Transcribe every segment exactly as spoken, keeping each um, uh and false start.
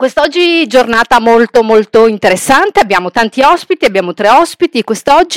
Quest'oggi giornata molto molto interessante, abbiamo tanti ospiti, abbiamo tre ospiti quest'oggi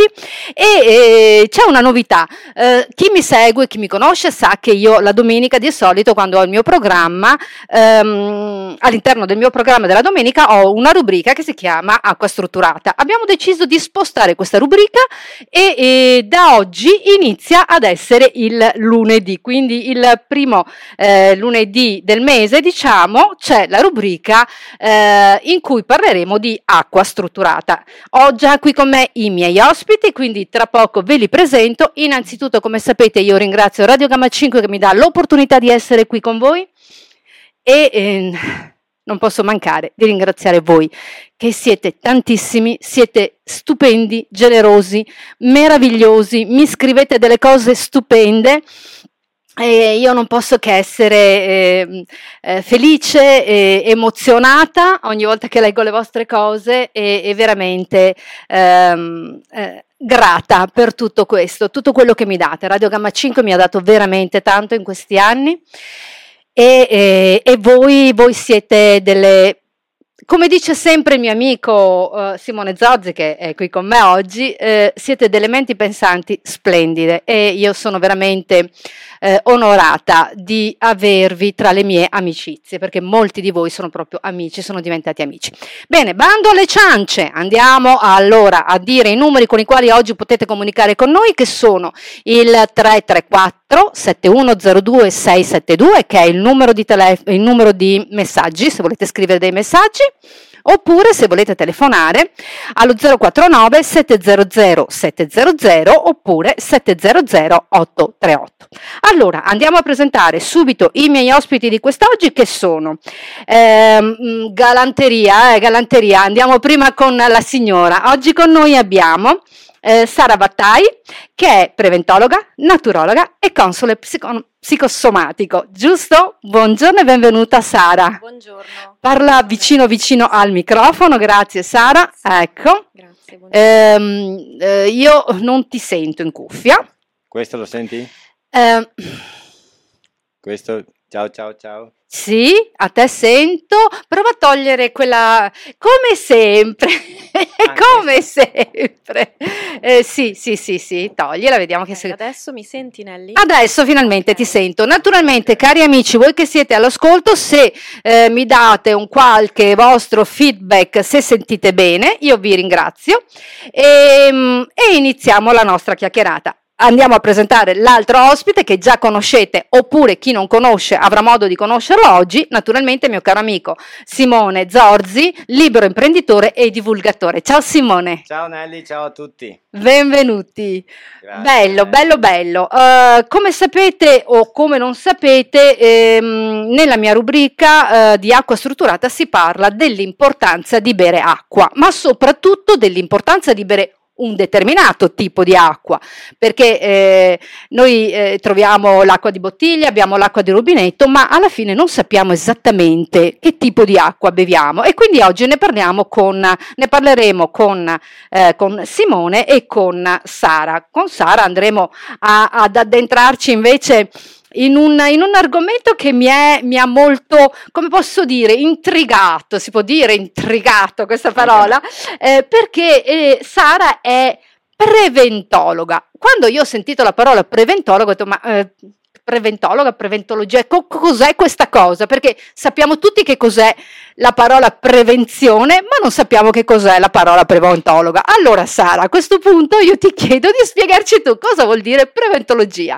e eh, c'è una novità. Eh, chi mi segue, chi mi conosce sa che io la domenica di solito quando ho il mio programma, ehm, all'interno del mio programma della domenica ho una rubrica che si chiama Acqua Strutturata. Abbiamo deciso di spostare questa rubrica e, e da oggi inizia ad essere il lunedì, quindi il primo eh, lunedì del mese diciamo c'è la rubrica Eh, in cui parleremo di acqua strutturata. Ho già qui con me i miei ospiti, quindi tra poco ve li presento. Innanzitutto, come sapete, io ringrazio Radio Gamma cinque che mi dà l'opportunità di essere qui con voi e eh, non posso mancare di ringraziare voi che siete tantissimi, siete stupendi, generosi, meravigliosi, mi scrivete delle cose stupende. E io non posso che essere eh, eh, felice e emozionata ogni volta che leggo le vostre cose e, e veramente ehm, eh, grata per tutto questo, tutto quello che mi date. Radio Gamma cinque mi ha dato veramente tanto in questi anni e, e, e voi, voi siete delle... Come dice sempre il mio amico uh, Simone Zozzi, che è qui con me oggi, eh, siete delle menti pensanti splendide e io sono veramente eh, onorata di avervi tra le mie amicizie, perché molti di voi sono proprio amici, sono diventati amici. Bene, bando alle ciance, andiamo allora a dire i numeri con i quali oggi potete comunicare con noi, che sono il tre tre quattro sette uno zero due sei sette due, che è il numero di, telef- il numero di messaggi, se volete scrivere dei messaggi, oppure se volete telefonare allo zero quattro nove sette zero zero sette zero zero oppure sette zero zero otto tre otto. Allora, andiamo a presentare subito i miei ospiti di quest'oggi, che sono ehm, galanteria, eh, galanteria. Andiamo prima con la signora. Oggi con noi abbiamo Eh, Sara Battai, che è preventologa, naturologa e console psico- psicosomatico, giusto? Buongiorno e benvenuta Sara. Buongiorno. Parla vicino vicino al microfono, grazie Sara. Grazie. Ecco. Grazie, Ehm, eh, io non ti sento in cuffia. Questo lo senti? Eh, Questo, ciao ciao ciao. Sì, a te sento, prova a togliere quella, come sempre, come sempre, eh, sì, sì, sì, sì, togliela, vediamo che Ok, se... adesso mi senti, Nelly? Adesso finalmente Ok. ti sento. Naturalmente, cari amici, voi che siete all'ascolto, se eh, mi date un qualche vostro feedback, se sentite bene, io vi ringrazio e, e iniziamo la nostra chiacchierata. Andiamo a presentare l'altro ospite che già conoscete, oppure chi non conosce avrà modo di conoscerlo oggi, naturalmente il mio caro amico Simone Zorzi, libero imprenditore e divulgatore. Ciao Simone. Ciao Nelly, ciao a tutti. Benvenuti. Grazie. Bello, bello, bello. Uh, come sapete o come non sapete, ehm, nella mia rubrica uh, di acqua strutturata si parla dell'importanza di bere acqua, ma soprattutto dell'importanza di bere un determinato tipo di acqua, perché eh, noi eh, troviamo l'acqua di bottiglia, abbiamo l'acqua di rubinetto, ma alla fine non sappiamo esattamente che tipo di acqua beviamo e quindi oggi ne parliamo con, ne parleremo con, eh, con Simone e con Sara. Con Sara andremo a, ad addentrarci invece In un, in un argomento che mi, è, mi ha molto, come posso dire, intrigato, si può dire intrigato questa parola, eh, perché eh, Sara è preventologa. Quando io ho sentito la parola preventologa ho detto ma eh, preventologa, preventologia, co- cos'è questa cosa? Perché sappiamo tutti che cos'è la parola prevenzione, ma non sappiamo che cos'è la parola preventologa. Allora Sara, a questo punto io ti chiedo di spiegarci tu cosa vuol dire preventologia.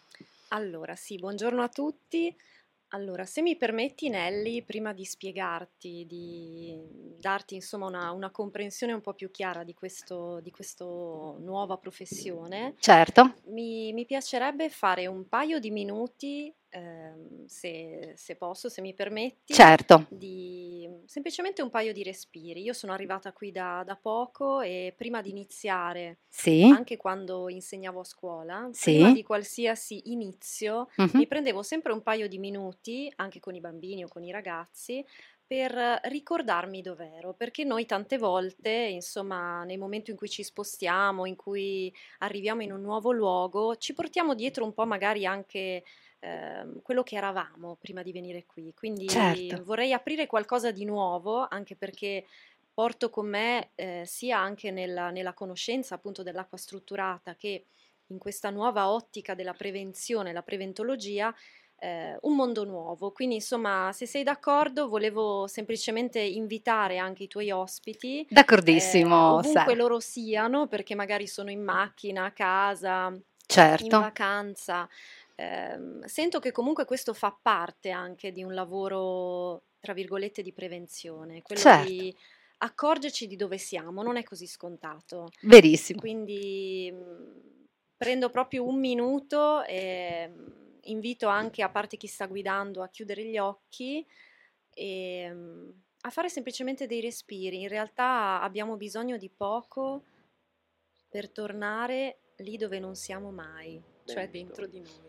Allora, sì, buongiorno a tutti. Allora, se mi permetti, Nelly, prima di spiegarti, di darti insomma una, una comprensione un po' più chiara di questo, di questo nuova professione, Certo. mi, mi piacerebbe fare un paio di minuti, ehm, se, se posso, se mi permetti, Certo. di semplicemente un paio di respiri. Io sono arrivata qui da, da poco e prima di iniziare, Sì. anche quando insegnavo a scuola, Sì. prima di qualsiasi inizio, Mhm. mi prendevo sempre un paio di minuti, anche con i bambini o con i ragazzi, per ricordarmi dov'ero, perché noi tante volte, insomma, nel momento in cui ci spostiamo, in cui arriviamo in un nuovo luogo, ci portiamo dietro un po' magari anche ehm, quello che eravamo prima di venire qui. Quindi Certo. vorrei aprire qualcosa di nuovo, anche perché porto con me eh, sia anche nella, nella conoscenza appunto dell'acqua strutturata che in questa nuova ottica della prevenzione, la preventologia, eh, un mondo nuovo. Quindi insomma, se sei d'accordo, volevo semplicemente invitare anche i tuoi ospiti, eh, D'accordissimo, ovunque Sara. loro siano, perché magari sono in macchina, a casa, in Certo, vacanza. Ehm, sento che comunque questo fa parte anche di un lavoro, tra virgolette, di prevenzione, quello certo, di accorgerci di dove siamo, non è così scontato. verissimo. Quindi mh, prendo proprio un minuto e mh, invito anche, a parte chi sta guidando, a chiudere gli occhi e mh, a fare semplicemente dei respiri. In realtà abbiamo bisogno di poco per tornare lì dove non siamo mai, cioè dentro di noi.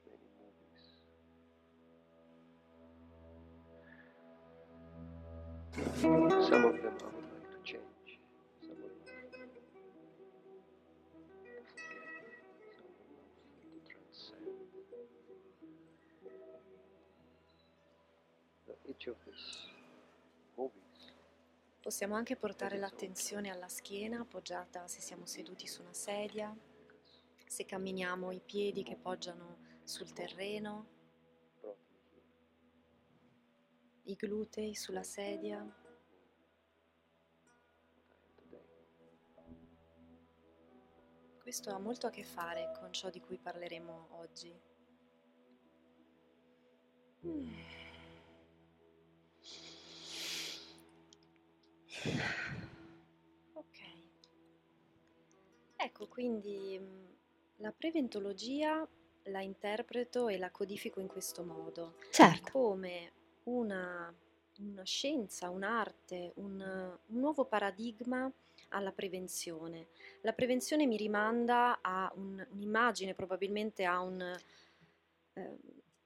Some of them I would like to change. Some of them to forget. Some of them to transcend. So each of these movies. Possiamo anche portare l'attenzione alla schiena appoggiata se siamo seduti su una sedia, se camminiamo i piedi che poggiano sul terreno, i glutei sulla sedia. Questo ha molto a che fare con ciò di cui parleremo oggi. Mm. Ok. Ecco, quindi mh, la preventologia la interpreto e la codifico in questo modo, Certo, come una, una scienza, un'arte, un, un nuovo paradigma alla prevenzione. La prevenzione mi rimanda a un- un'immagine, probabilmente a un, eh,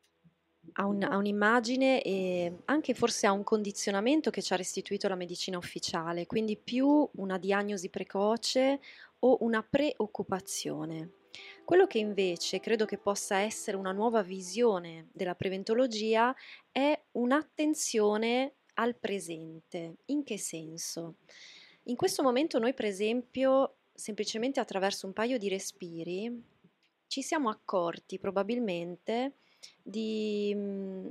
a un- a un'immagine e anche forse a un condizionamento che ci ha restituito la medicina ufficiale, quindi più una diagnosi precoce o una preoccupazione. Quello che invece credo che possa essere una nuova visione della preventologia è un'attenzione al presente. In che senso? In questo momento noi, per esempio, semplicemente attraverso un paio di respiri, ci siamo accorti probabilmente di, mh,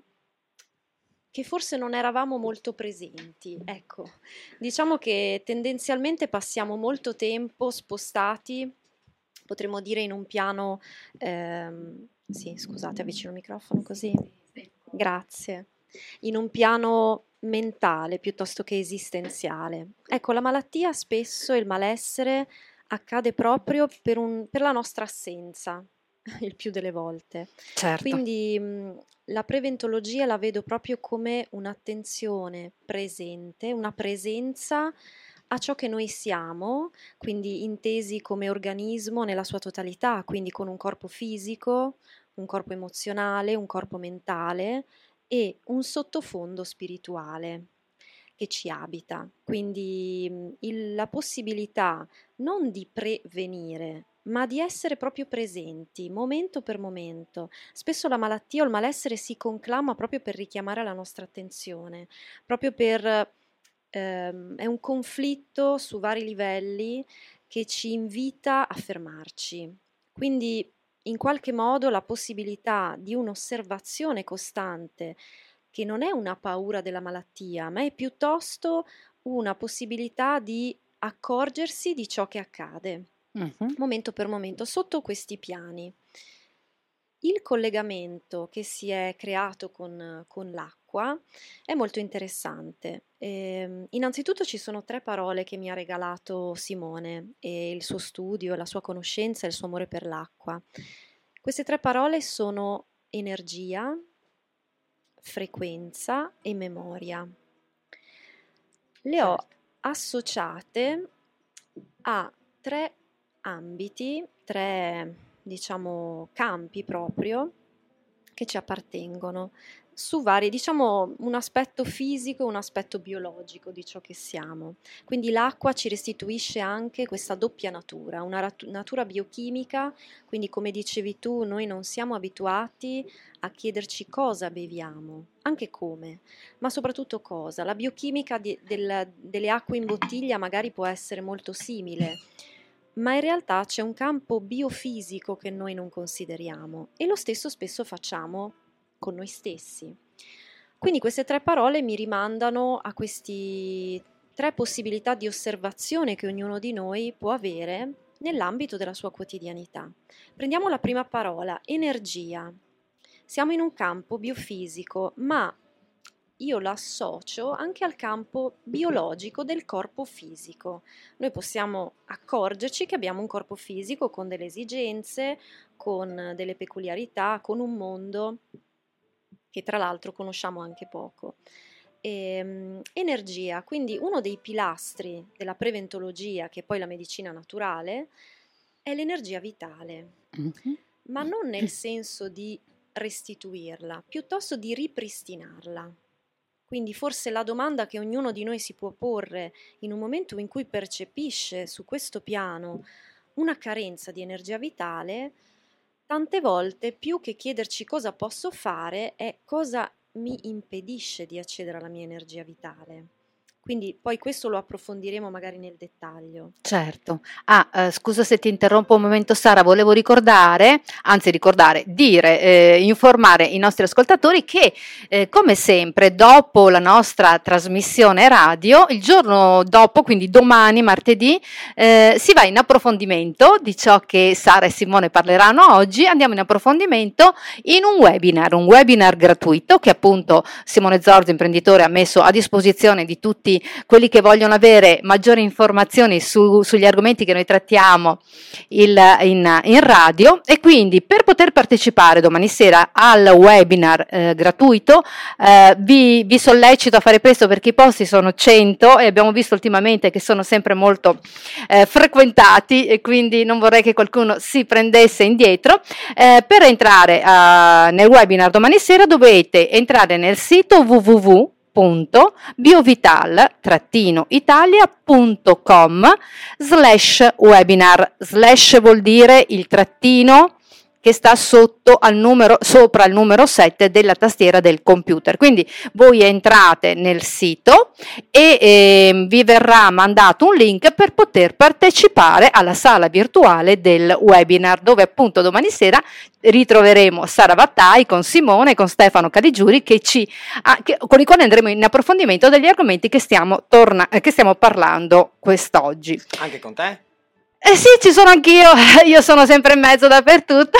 che forse non eravamo molto presenti. Ecco, diciamo che tendenzialmente passiamo molto tempo spostati, potremmo dire in un piano, ehm, sì, scusate, avvicino il microfono così. Grazie. In un piano mentale piuttosto che esistenziale. Ecco, la malattia spesso, il malessere, accade proprio per, un, per la nostra assenza, il più delle volte. certo, Quindi mh, la preventologia la vedo proprio come un'attenzione presente, una presenza a ciò che noi siamo, quindi intesi come organismo nella sua totalità, quindi con un corpo fisico, un corpo emozionale, un corpo mentale e un sottofondo spirituale che ci abita. Quindi mh, il- la possibilità non di prevenire, ma di essere proprio presenti, momento per momento. Spesso la malattia o il malessere si conclama proprio per richiamare la nostra attenzione, proprio per... ehm, è un conflitto su vari livelli che ci invita a fermarci. Quindi in qualche modo la possibilità di un'osservazione costante, che non è una paura della malattia, ma è piuttosto una possibilità di accorgersi di ciò che accade, mhm, momento per momento, sotto questi piani. Il collegamento che si è creato con, con l'acqua è molto interessante. Ehm, innanzitutto ci sono tre parole che mi ha regalato Simone e il suo studio, la sua conoscenza e il suo amore per l'acqua. Queste tre parole sono energia, frequenza e memoria. Le ho certo, associate a tre ambiti, tre, diciamo, campi proprio che ci appartengono. su vari, diciamo, un aspetto fisico e un aspetto biologico di ciò che siamo. Quindi l'acqua ci restituisce anche questa doppia natura, una rat- natura biochimica, quindi come dicevi tu, noi non siamo abituati a chiederci cosa beviamo, anche come, ma soprattutto cosa. La biochimica di- del- delle acque in bottiglia magari può essere molto simile, ma in realtà c'è un campo biofisico che noi non consideriamo e lo stesso spesso facciamo con noi stessi. Quindi queste tre parole mi rimandano a queste tre possibilità di osservazione che ognuno di noi può avere nell'ambito della sua quotidianità. Prendiamo la prima parola, energia. Siamo in un campo biofisico, ma io l'associo anche al campo biologico del corpo fisico. Noi possiamo accorgerci che abbiamo un corpo fisico con delle esigenze, con delle peculiarità, con un mondo che tra l'altro conosciamo anche poco. E, energia, quindi uno dei pilastri della preventologia, che è poi la medicina naturale, è l'energia vitale, mm-hmm. ma non nel senso di restituirla, piuttosto di ripristinarla. Quindi forse la domanda che ognuno di noi si può porre in un momento in cui percepisce su questo piano una carenza di energia vitale, tante volte più che chiederci cosa posso fare è cosa mi impedisce di accedere alla mia energia vitale. Quindi poi questo lo approfondiremo magari nel dettaglio. Certo. Ah, eh, scusa se ti interrompo un momento Sara, volevo ricordare, anzi ricordare, dire, eh, informare i nostri ascoltatori che eh, come sempre dopo la nostra trasmissione radio, il giorno dopo, quindi domani, martedì, eh, si va in approfondimento di ciò che Sara e Simone parleranno oggi, andiamo in approfondimento in un webinar, un webinar gratuito che appunto Simone Zorzi, imprenditore, ha messo a disposizione di tutti quelli che vogliono avere maggiori informazioni su, sugli argomenti che noi trattiamo il, in, in radio, e quindi per poter partecipare domani sera al webinar eh, gratuito eh, vi, vi sollecito a fare presto perché i posti sono cento e abbiamo visto ultimamente che sono sempre molto eh, frequentati e quindi non vorrei che qualcuno si prendesse indietro. Eh, per entrare uh, nel webinar domani sera dovete entrare nel sito w w w punto biovital italia punto com slash webinar. Slash vuol dire il trattino che sta sotto al numero, sopra il numero sette della tastiera del computer. Quindi voi entrate nel sito e eh, vi verrà mandato un link per poter partecipare alla sala virtuale del webinar, dove appunto domani sera ritroveremo Sara Vattai con Simone e con Stefano Caligiuri che ci, ah, che, con i quali andremo in approfondimento degli argomenti che stiamo, torna, che stiamo parlando quest'oggi. Anche con te? Eh sì, ci sono anch'io, io sono sempre in mezzo dappertutto,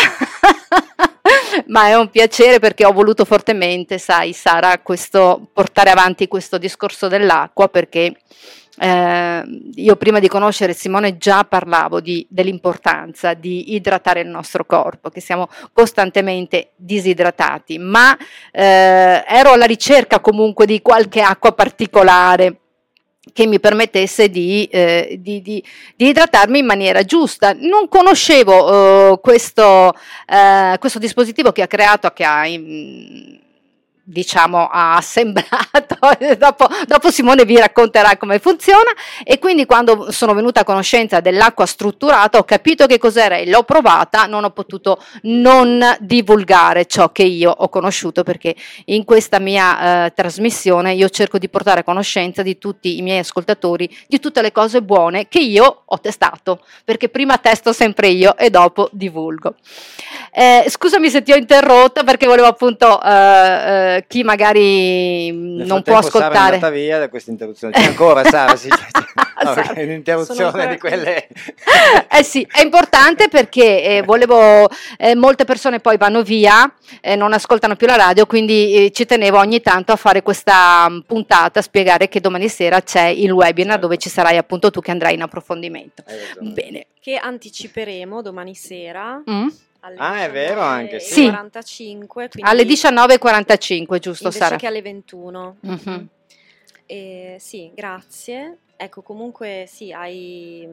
ma è un piacere perché ho voluto fortemente, sai Sara, questo, portare avanti questo discorso dell'acqua perché eh, io prima di conoscere Simone già parlavo di, dell'importanza di idratare il nostro corpo, che siamo costantemente disidratati, ma eh, ero alla ricerca comunque di qualche acqua particolare che mi permettesse di, eh, di, di, di idratarmi in maniera giusta. Non conoscevo eh, questo, eh, questo dispositivo che ha creato, che ha in, diciamo ha assemblato, dopo, dopo Simone vi racconterà come funziona, e quindi quando sono venuta a conoscenza dell'acqua strutturata ho capito che cos'era e l'ho provata, non ho potuto non divulgare ciò che io ho conosciuto, perché in questa mia eh, trasmissione io cerco di portare a conoscenza di tutti i miei ascoltatori di tutte le cose buone che io ho testato, perché prima testo sempre io e dopo divulgo. Eh, scusami se ti ho interrotta perché volevo appunto eh, eh, chi magari Nel non può ascoltare. Sara è andata via da questa interruzione. C'è ancora Sara? Sì, no, Sara. È un'interruzione di quelle. Eh sì, è importante perché eh, volevo eh, molte persone poi vanno via, eh, non ascoltano più la radio, quindi eh, ci tenevo ogni tanto a fare questa um, puntata, a spiegare che domani sera c'è il webinar, certo, dove ci sarai appunto tu che andrai in approfondimento. Bene. Che anticiperemo domani sera. Mm? Ah, è vero anche, sì. quarantacinque, alle diciannove e quarantacinque, giusto invece Sara? Che alle ventuno. Mm-hmm. E, sì, grazie. Ecco, comunque sì, hai,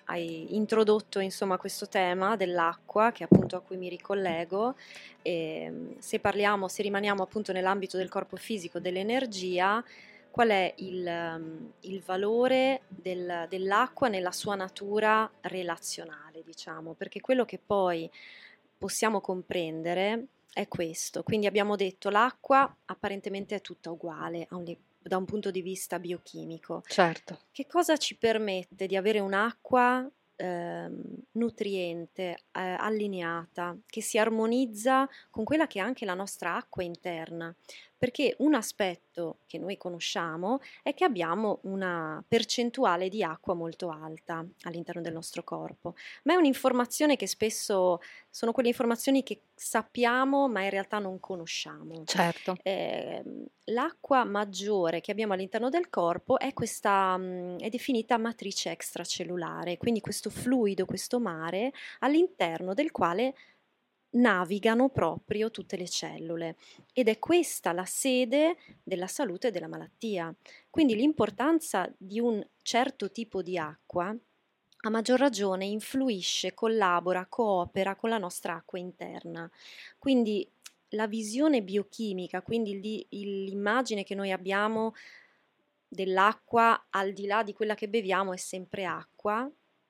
hai introdotto insomma questo tema dell'acqua, che appunto a cui mi ricollego, e se parliamo, se rimaniamo appunto nell'ambito del corpo fisico, dell'energia, qual è il, um, il valore del- dell'acqua nella sua natura relazionale, diciamo, perché quello che poi possiamo comprendere è questo. Quindi abbiamo detto l'acqua apparentemente è tutta uguale a un li- da un punto di vista biochimico. Certo. Che cosa ci permette di avere un'acqua ehm, nutriente, eh, allineata, che si armonizza con quella che è anche la nostra acqua interna? Perché un aspetto che noi conosciamo è che abbiamo una percentuale di acqua molto alta all'interno del nostro corpo, ma è un'informazione che spesso sono quelle informazioni che sappiamo ma in realtà non conosciamo. Certo. Eh, l'acqua maggiore che abbiamo all'interno del corpo è questa, mh, è definita matrice extracellulare, quindi questo fluido, questo mare all'interno del quale navigano proprio tutte le cellule, ed è questa la sede della salute e della malattia. Quindi l'importanza di un certo tipo di acqua a maggior ragione influisce, collabora, coopera con la nostra acqua interna. Quindi la visione biochimica, quindi lì- il- l'immagine che noi abbiamo dell'acqua al di là di quella che beviamo è sempre acqua,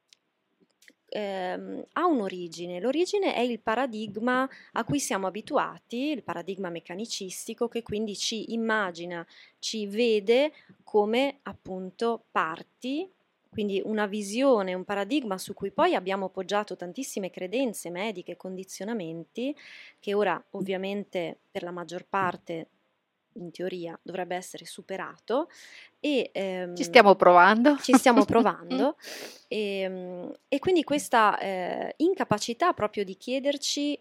ehm, ha un'origine. L'origine è il paradigma a cui siamo abituati, il paradigma meccanicistico, che quindi ci immagina, ci vede come appunto parti, quindi una visione, un paradigma su cui poi abbiamo poggiato tantissime credenze mediche, condizionamenti, che ora ovviamente per la maggior parte in teoria dovrebbe essere superato, e ehm, Ci stiamo provando. ci stiamo provando e, mm, e quindi questa eh, incapacità proprio di chiederci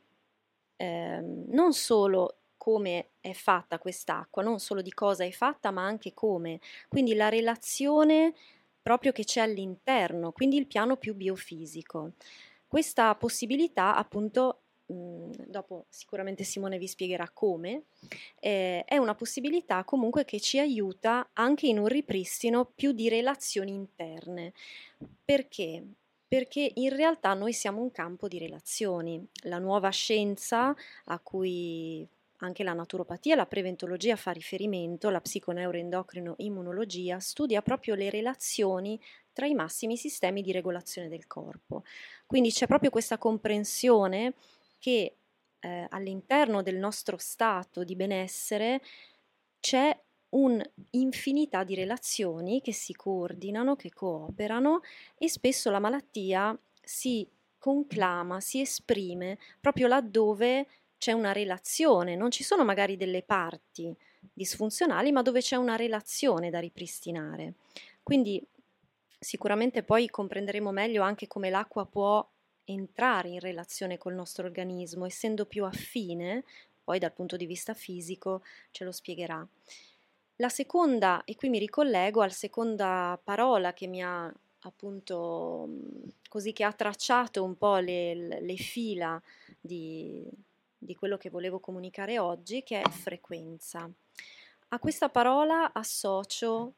ehm, non solo come è fatta quest'acqua, non solo di cosa è fatta, ma anche come. Quindi la relazione proprio che c'è all'interno, quindi il piano più biofisico. Questa possibilità, appunto, mh, dopo sicuramente Simone vi spiegherà come, eh, è una possibilità comunque che ci aiuta anche in un ripristino più di relazioni interne. Perché? Perché in realtà noi siamo un campo di relazioni. La nuova scienza a cui anche la naturopatia e la preventologia fa riferimento, la psiconeuroendocrino-immunologia, studia proprio le relazioni tra i massimi sistemi di regolazione del corpo. Quindi c'è proprio questa comprensione che eh, all'interno del nostro stato di benessere c'è un'infinità di relazioni che si coordinano, che cooperano, e spesso la malattia si conclama, si esprime proprio laddove c'è una relazione, non ci sono magari delle parti disfunzionali, ma dove c'è una relazione da ripristinare. Quindi sicuramente poi comprenderemo meglio anche come l'acqua può entrare in relazione col nostro organismo, essendo più affine, poi dal punto di vista fisico ce lo spiegherà. La seconda, e qui mi ricollego alla seconda parola che mi ha appunto così che ha tracciato un po' le, le fila di, di quello che volevo comunicare oggi, che è frequenza. A questa parola associo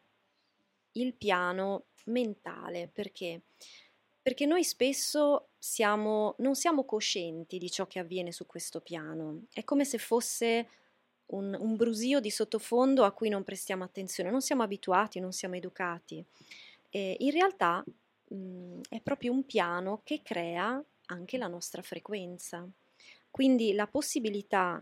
il piano mentale, perché? Perché noi spesso siamo, non siamo coscienti di ciò che avviene su questo piano, è come se fosse un, un brusio di sottofondo a cui non prestiamo attenzione, non siamo abituati, non siamo educati. E in realtà mh, è proprio un piano che crea anche la nostra frequenza. Quindi la possibilità,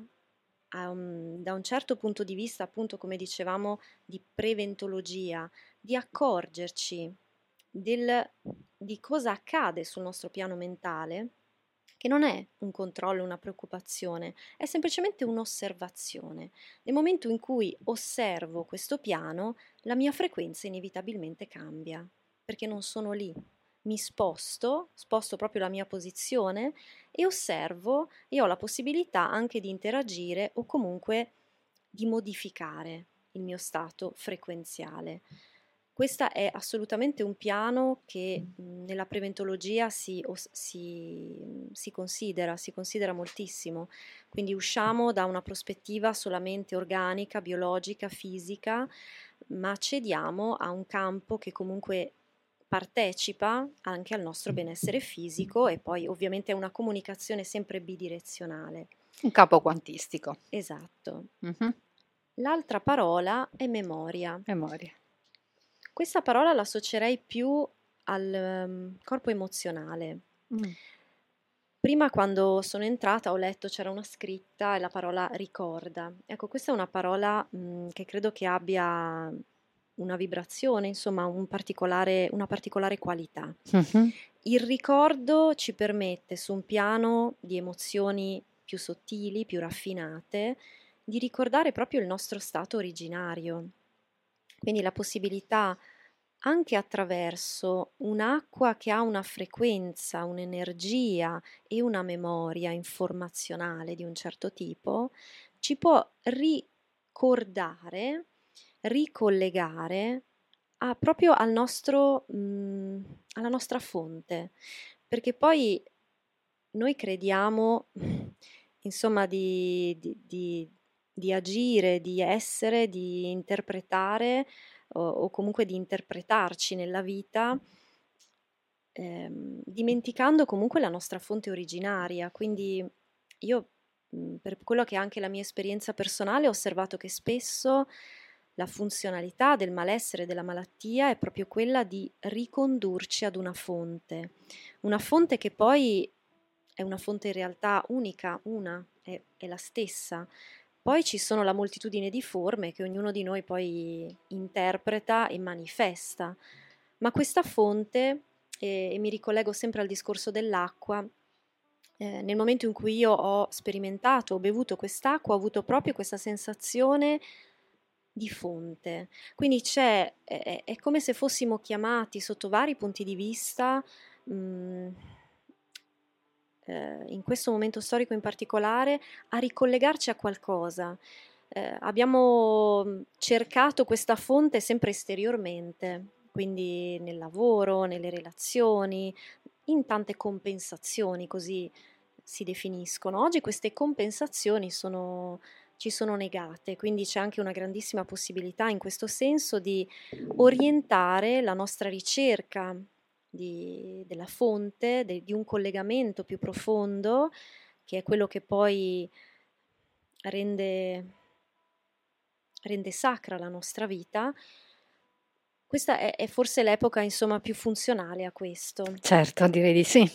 um, da un certo punto di vista, appunto come dicevamo, di preventologia, di accorgerci del, di cosa accade sul nostro piano mentale, che non è un controllo, una preoccupazione, è semplicemente un'osservazione. Nel momento in cui osservo questo piano, la mia frequenza inevitabilmente cambia, perché non sono lì. Mi sposto, sposto proprio la mia posizione e osservo, e ho la possibilità anche di interagire o comunque di modificare il mio stato frequenziale. Questo è assolutamente un piano che mh, nella preventologia si, os- si, si considera, si considera moltissimo. Quindi usciamo da una prospettiva solamente organica, biologica, fisica, ma accediamo a un campo che comunque partecipa anche al nostro benessere fisico e poi ovviamente è una comunicazione sempre bidirezionale. Un campo quantistico. Esatto. Mhm. L'altra parola è memoria. Memoria. Questa parola la associerei più al um, corpo emozionale. Mm. Prima, quando sono entrata, ho letto, c'era una scritta e la parola ricorda. Ecco, questa è una parola mh, che credo che abbia una vibrazione, insomma, un particolare, una particolare qualità. Mhm. Il ricordo ci permette, su un piano di emozioni più sottili, più raffinate, di ricordare proprio il nostro stato originario. Quindi la possibilità, anche attraverso un'acqua che ha una frequenza, un'energia e una memoria informazionale di un certo tipo, ci può ricordare, ricollegare a, proprio al nostro, mh, alla nostra fonte. Perché poi noi crediamo, insomma, di, di, di, di agire, di essere, di interpretare o, o comunque di interpretarci nella vita, ehm, dimenticando comunque la nostra fonte originaria. Quindi io, mh, per quello che è anche la mia esperienza personale, ho osservato che spesso la funzionalità del malessere, della malattia, è proprio quella di ricondurci ad una fonte, una fonte che poi è una fonte in realtà unica, una, è, è la stessa. Poi ci sono la moltitudine di forme che ognuno di noi poi interpreta e manifesta, ma questa fonte, e, e mi ricollego sempre al discorso dell'acqua, eh, nel momento in cui io ho sperimentato, ho bevuto quest'acqua, ho avuto proprio questa sensazione di fonte. Quindi c'è, è, è come se fossimo chiamati sotto vari punti di vista, mh, eh, in questo momento storico in particolare, a ricollegarci a qualcosa. Eh, abbiamo cercato questa fonte sempre esteriormente, quindi nel lavoro, nelle relazioni, in tante compensazioni, così si definiscono. Oggi queste compensazioni sono, ci sono negate, quindi c'è anche una grandissima possibilità in questo senso di orientare la nostra ricerca di, della fonte, de, di un collegamento più profondo, che è quello che poi rende, rende sacra la nostra vita. Questa è, è forse l'epoca, insomma, più funzionale a questo. Certo, direi di sì.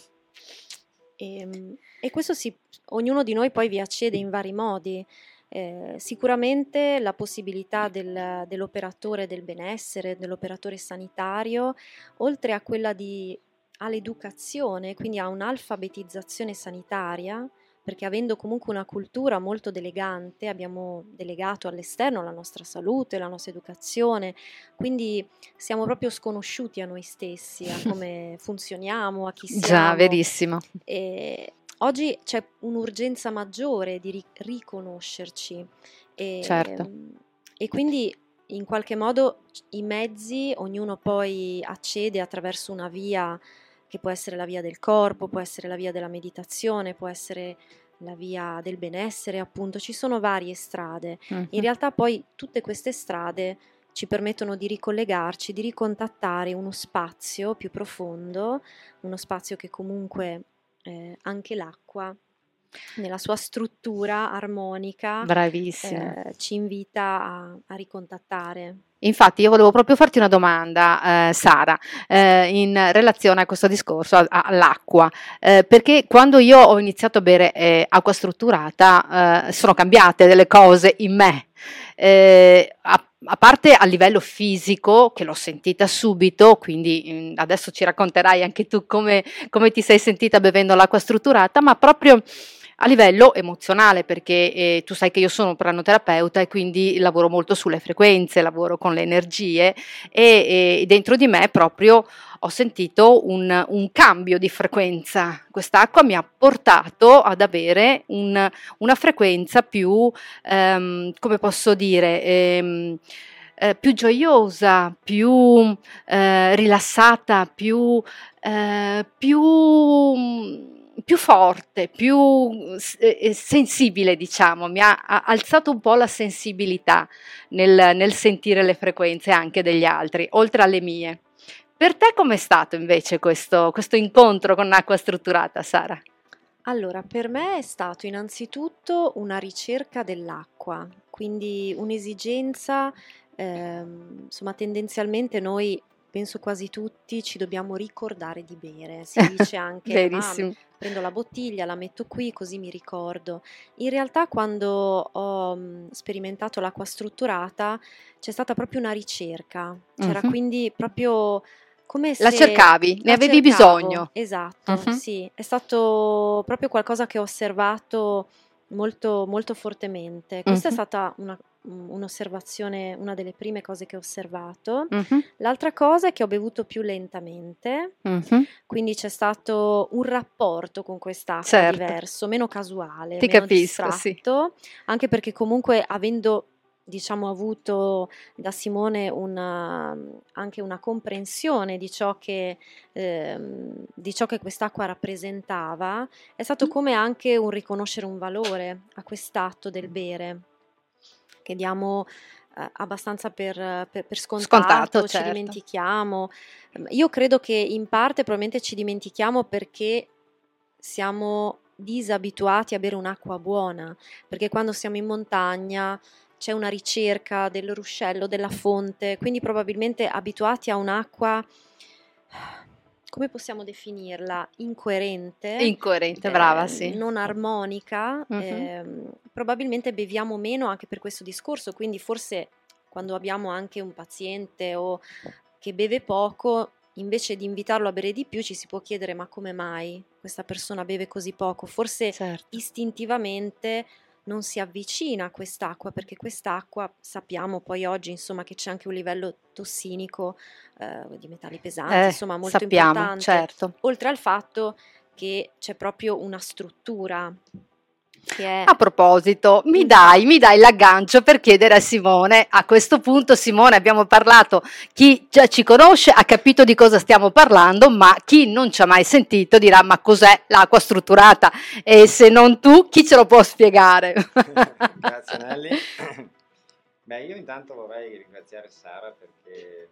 E, e questo si, ognuno di noi poi vi accede in vari modi. Eh, sicuramente la possibilità del, dell'operatore del benessere, dell'operatore sanitario, oltre a quella di all'educazione, quindi a un'alfabetizzazione sanitaria, perché avendo comunque una cultura molto delegante, abbiamo delegato all'esterno la nostra salute, la nostra educazione, quindi siamo proprio sconosciuti a noi stessi, a come funzioniamo, a chi siamo. Già, verissimo. E oggi c'è un'urgenza maggiore di ri- riconoscerci e, Certo. e quindi in qualche modo i mezzi, ognuno poi accede attraverso una via che può essere la via del corpo, può essere la via della meditazione, può essere la via del benessere, appunto, ci sono varie strade. Mhm. In realtà poi tutte queste strade ci permettono di ricollegarci, di ricontattare uno spazio più profondo, uno spazio che comunque eh, anche l'acqua, nella sua struttura armonica, Bravissima. eh, ci invita a, a ricontattare. Infatti io volevo proprio farti una domanda, eh, Sara, eh, in relazione a questo discorso, a- a- all'acqua, eh, perché quando io ho iniziato a bere eh, acqua strutturata, eh, sono cambiate delle cose in me, eh, a, a parte a livello fisico, che l'ho sentita subito, quindi mh, adesso ci racconterai anche tu come, come ti sei sentita bevendo l'acqua strutturata, ma proprio a livello emozionale, perché eh, tu sai che io sono pranoterapeuta e quindi lavoro molto sulle frequenze, lavoro con le energie e, e dentro di me proprio ho sentito un, un cambio di frequenza. Quest'acqua mi ha portato ad avere un, una frequenza più, ehm, come posso dire, ehm, eh, più gioiosa, più eh, rilassata, più, eh, più più forte, più eh, sensibile, diciamo, mi ha, ha alzato un po' la sensibilità nel, nel sentire le frequenze anche degli altri, oltre alle mie. Per te com'è stato invece questo, questo incontro con acqua strutturata, Sara? Allora, per me è stato innanzitutto una ricerca dell'acqua, quindi un'esigenza, ehm, insomma, tendenzialmente noi, penso quasi tutti, ci dobbiamo ricordare di bere. Si dice anche, ah, Verissimo. prendo la bottiglia, la metto qui, così mi ricordo. In realtà, quando ho mm, sperimentato l'acqua strutturata, c'è stata proprio una ricerca, c'era Mhm. quindi proprio come La se cercavi, ne la avevi cercavo, bisogno. esatto, Mhm. sì, è stato proprio qualcosa che ho osservato molto, molto fortemente. Questa è Mhm. stata una- un'osservazione, una delle prime cose che ho osservato. Mhm. L'altra cosa è che ho bevuto più lentamente, Mhm. quindi c'è stato un rapporto con quest'acqua Certo, diverso, meno casuale, ti meno capisco, sì. distratto, anche perché comunque avendo, diciamo, avuto da Simone una, anche una comprensione di ciò che, ehm, di ciò che quest'acqua rappresentava, è stato come anche un riconoscere un valore a quest'atto del bere, che diamo eh, abbastanza per, per- per scontato, Scontato, ci certo. dimentichiamo. Ehm, Io credo che in parte probabilmente ci dimentichiamo perché siamo disabituati a bere un'acqua buona, perché quando siamo in montagna c'è una ricerca del ruscello, della fonte, quindi probabilmente abituati a un'acqua, come possiamo definirla, incoerente, Incoerente, eh, brava, sì. non armonica, Mhm. ehm, probabilmente beviamo meno anche per questo discorso, quindi forse quando abbiamo anche un paziente o che beve poco, invece di invitarlo a bere di più, ci si può chiedere: ma come mai questa persona beve così poco? Forse Certo. istintivamente non si avvicina a quest'acqua, perché quest'acqua sappiamo poi oggi, insomma, che c'è anche un livello tossinico, eh, di metalli pesanti, Eh, insomma, molto sappiamo, importante, certo. oltre al fatto che c'è proprio una struttura che è A proposito, mi in- dai, mi dai l'aggancio per chiedere a Simone. A questo punto, Simone, abbiamo parlato, chi già ci conosce ha capito di cosa stiamo parlando, ma chi non ci ha mai sentito dirà: ma cos'è l'acqua strutturata? E se non tu, chi ce lo può spiegare? Grazie Nelly. Beh, io intanto vorrei ringraziare Sara perché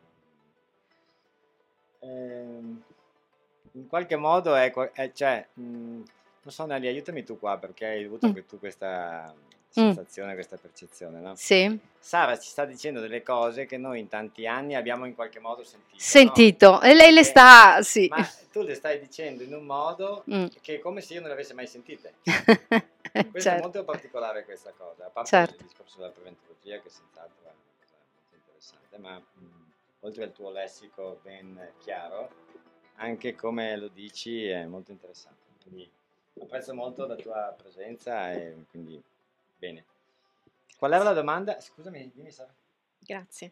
ehm, in qualche modo è, qua- è- cioè, mh, non so Nelly, aiutami tu qua perché hai avuto Mm. anche tu questa Mm. sensazione, questa percezione, no? Sì, Sara ci sta dicendo delle cose che noi in tanti anni abbiamo in qualche modo sentito, no? sentito. E lei le Eh, sta, sì. Ma tu le stai dicendo in un modo Mm. che è come se io non le avessi mai sentite. Questo è Certo. molto particolare questa cosa, a parte Certo. il discorso della preventologia che senz'altro è una cosa molto interessante, ma mh, oltre al tuo lessico ben chiaro, anche come lo dici è molto interessante. Quindi apprezzo molto la tua presenza e quindi bene. Qual era la domanda? Scusami, dimmi Sara. Grazie.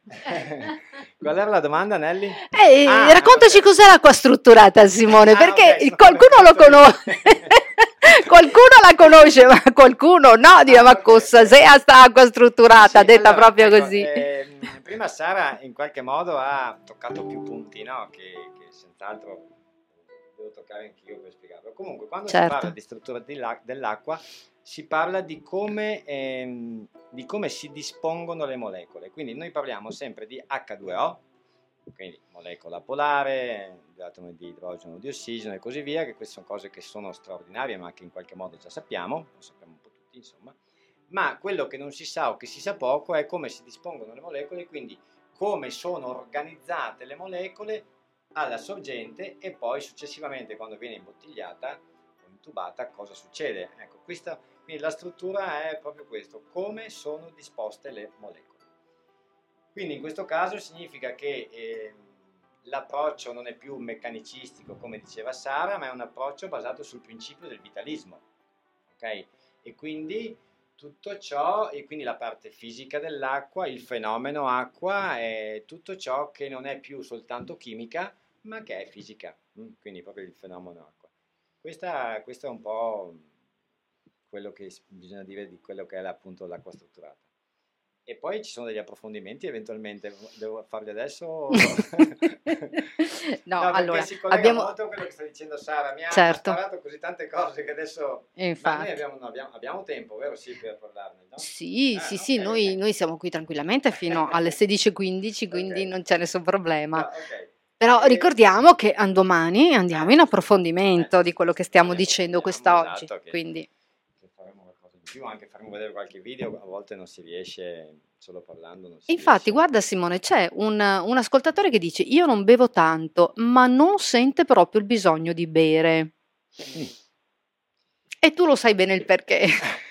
Qual era la domanda, Nelly? Eh, Ah, raccontaci ok. cos'è l'acqua strutturata, Simone, Ah, perché ok, sono qualcuno lo confuso io. conosce. Qualcuno la conosce, ma qualcuno no. Dire, Ah, ma ok, cosa ok. sia sta acqua strutturata, Sì, detta allora, proprio ecco, così. ehm, prima Sara in qualche modo ha toccato più punti, no? Che, che senz'altro devo toccare anch'io per spiegarlo. Comunque, quando si Certo. parla di struttura della- dell'acqua, si parla di come, ehm, di come si dispongono le molecole. Quindi noi parliamo sempre di acca due o, quindi molecola polare, gli atomi di idrogeno, di ossigeno e così via, che queste sono cose che sono straordinarie, ma che in qualche modo già sappiamo, lo sappiamo un po' tutti, insomma. Ma quello che non si sa o che si sa poco è come si dispongono le molecole, quindi come sono organizzate le molecole alla sorgente e poi successivamente quando viene imbottigliata o intubata cosa succede. Ecco, questa, quindi la struttura è proprio questo, come sono disposte le molecole. Quindi in questo caso significa che eh, l'approccio non è più meccanicistico come diceva Sara, ma è un approccio basato sul principio del vitalismo. Ok? E quindi tutto ciò, e quindi la parte fisica dell'acqua, il fenomeno acqua, è tutto ciò che non è più soltanto chimica, ma che è fisica, quindi proprio il fenomeno acqua. Questa, questo è un po' quello che bisogna dire di quello che è appunto l'acqua strutturata. E poi ci sono degli approfondimenti eventualmente, devo farli adesso? No, No, perché allora, si collega abbiamo... molto a quello che sta dicendo Sara, mi ha Certo. sparato così tante cose che adesso... Ma Infatti. noi abbiamo, no, abbiamo, abbiamo tempo, vero? Sì, per parlarne, no? Sì, Ah, sì, ok, sì, noi, ok. noi siamo qui tranquillamente fino alle sedici e quindi Ok. non c'è nessun problema. No, ok. Però E- ricordiamo che an- domani andiamo in Eh, approfondimento eh, di quello che stiamo ne dicendo approfondiamo, quest'oggi, esatto, che, quindi che faremo qualcosa di più, anche faremo vedere qualche video, a volte non si riesce, solo parlando non si infatti riesce. guarda Simone, c'è un, un ascoltatore che dice io non bevo tanto, ma non sente proprio il bisogno di bere. Mm. E tu lo sai bene il perché.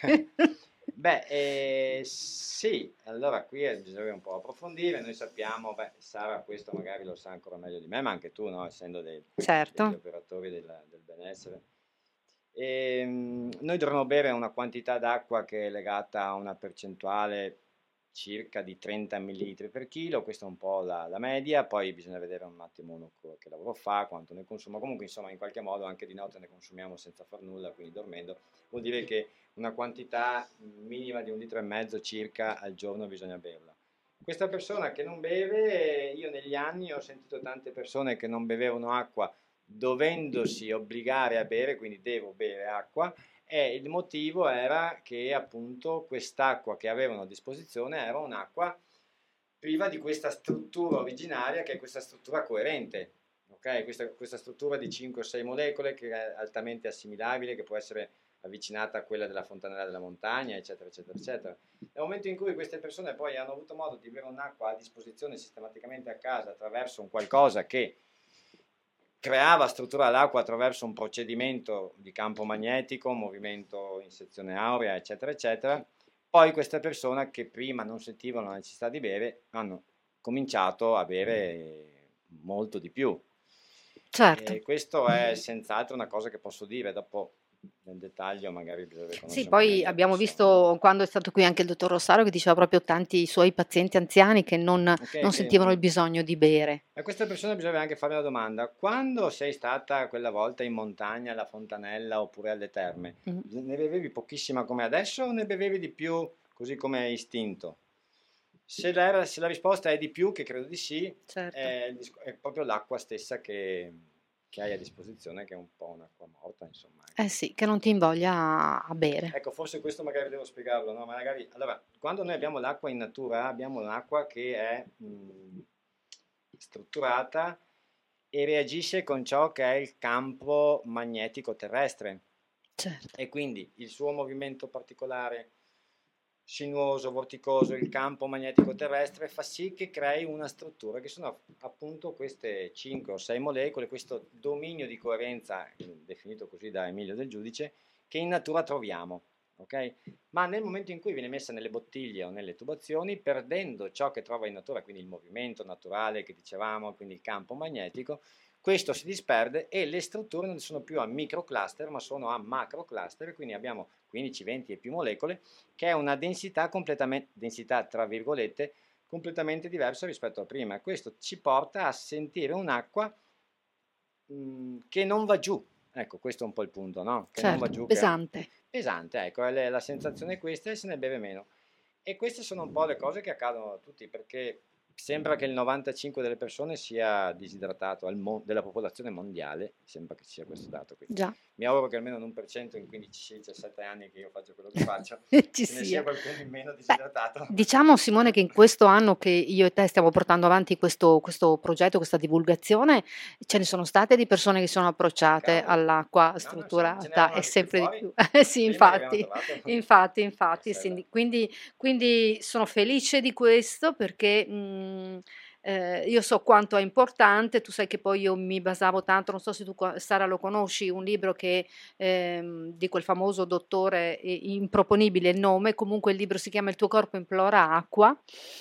Beh, eh, sì, allora qui eh, bisogna un po' approfondire, noi sappiamo, beh, Sara questo magari lo sa ancora meglio di me, ma anche tu, no? Essendo dei- degli Certo, operatori del, del benessere. Ehm, noi dovremmo bere una quantità d'acqua che è legata a una percentuale circa di trenta millilitri per chilo, questa è un po' la, la media, poi bisogna vedere un attimo uno co- che lavoro fa, quanto ne consuma, comunque insomma in qualche modo anche di notte ne consumiamo senza far nulla, quindi dormendo, vuol dire che una quantità minima di un litro e mezzo circa al giorno bisogna berla. Questa persona che non beve, io negli anni ho sentito tante persone che non bevevano acqua dovendosi obbligare a bere, quindi devo bere acqua, e il motivo era che appunto quest'acqua che avevano a disposizione era un'acqua priva di questa struttura originaria, che è questa struttura coerente, ok? Questa, questa struttura di cinque o sei molecole che è altamente assimilabile, che può essere avvicinata a quella della fontanella della montagna, eccetera, eccetera, eccetera. Nel momento in cui queste persone poi hanno avuto modo di bere un'acqua a disposizione sistematicamente a casa attraverso un qualcosa che creava struttura all'acqua attraverso un procedimento di campo magnetico, un movimento in sezione aurea, eccetera, eccetera, poi queste persone che prima non sentivano la necessità di bere hanno cominciato a bere molto di più. certo. E questo è senz'altro una cosa che posso dire, dopo nel dettaglio magari bisogna conoscere Sì, un po' meglio poi le abbiamo persone, no? visto quando è stato qui anche il dottor Rosario che diceva proprio tanti suoi pazienti anziani che non, Ok, non che sentivano il non- bisogno di bere. A questa persona bisogna anche fare una domanda: quando sei stata quella volta in montagna, alla fontanella oppure alle terme, Mm, ne bevevi pochissima come adesso o ne bevevi di più così come istinto? Se la, se la risposta è di più, che credo di sì, certo. è, il disc- è proprio l'acqua stessa che, che hai a disposizione, che è un po' un'acqua morta, insomma. ecco. Eh sì, che non ti invoglia a, a bere. Ecco, forse questo magari devo spiegarlo, no? Magari, allora, quando noi abbiamo l'acqua in natura, abbiamo un'acqua che è mh, strutturata e reagisce con ciò che è il campo magnetico terrestre Certo, e quindi il suo movimento particolare, sinuoso, vorticoso, il campo magnetico terrestre fa sì che crei una struttura che sono appunto queste cinque o sei molecole, questo dominio di coerenza, definito così da Emilio Del Giudice, che in natura troviamo. Okay? Ma nel momento in cui viene messa nelle bottiglie o nelle tubazioni, perdendo ciò che trova in natura, quindi il movimento naturale che dicevamo, quindi il campo magnetico, questo si disperde e le strutture non sono più a microcluster ma sono a macrocluster, quindi abbiamo quindici, venti e più molecole, che è una densità completamente, densità tra virgolette, completamente diversa rispetto a prima. Questo ci porta a sentire un'acqua mh, che non va giù. Ecco, questo è un po' il punto, no? Che non va certo, giù, che pesante. pesante, ecco, è la sensazione è questa e se ne beve meno. E queste sono un po' le cose che accadono a tutti, perché sembra che il novantacinque delle persone sia disidratato, al mo- della popolazione mondiale, sembra che ci sia questo dato qui. Già, Mi auguro che almeno un per cento in quindici diciassette anni che io faccio quello che faccio, ci ce ne sia sia. qualcuno in meno Beh, disidratato. diciamo Simone che in questo anno che io e te stiamo portando avanti questo, questo progetto, questa divulgazione, ce ne sono state di persone che sono approcciate Cavolo. all'acqua No, no, ce strutturata n'erano e anche qui sempre di fuori, più. Eh sì, prima che abbiamo infatti, trovato. infatti, infatti, Eh, sì, sai, quindi, quindi sono felice di questo perché mh, eh, io so quanto è importante, tu sai che poi io mi basavo tanto, non so se tu qua- Sara lo conosci, un libro che ehm, di quel famoso dottore eh, improponibile il nome, comunque il libro si chiama Il tuo corpo implora acqua,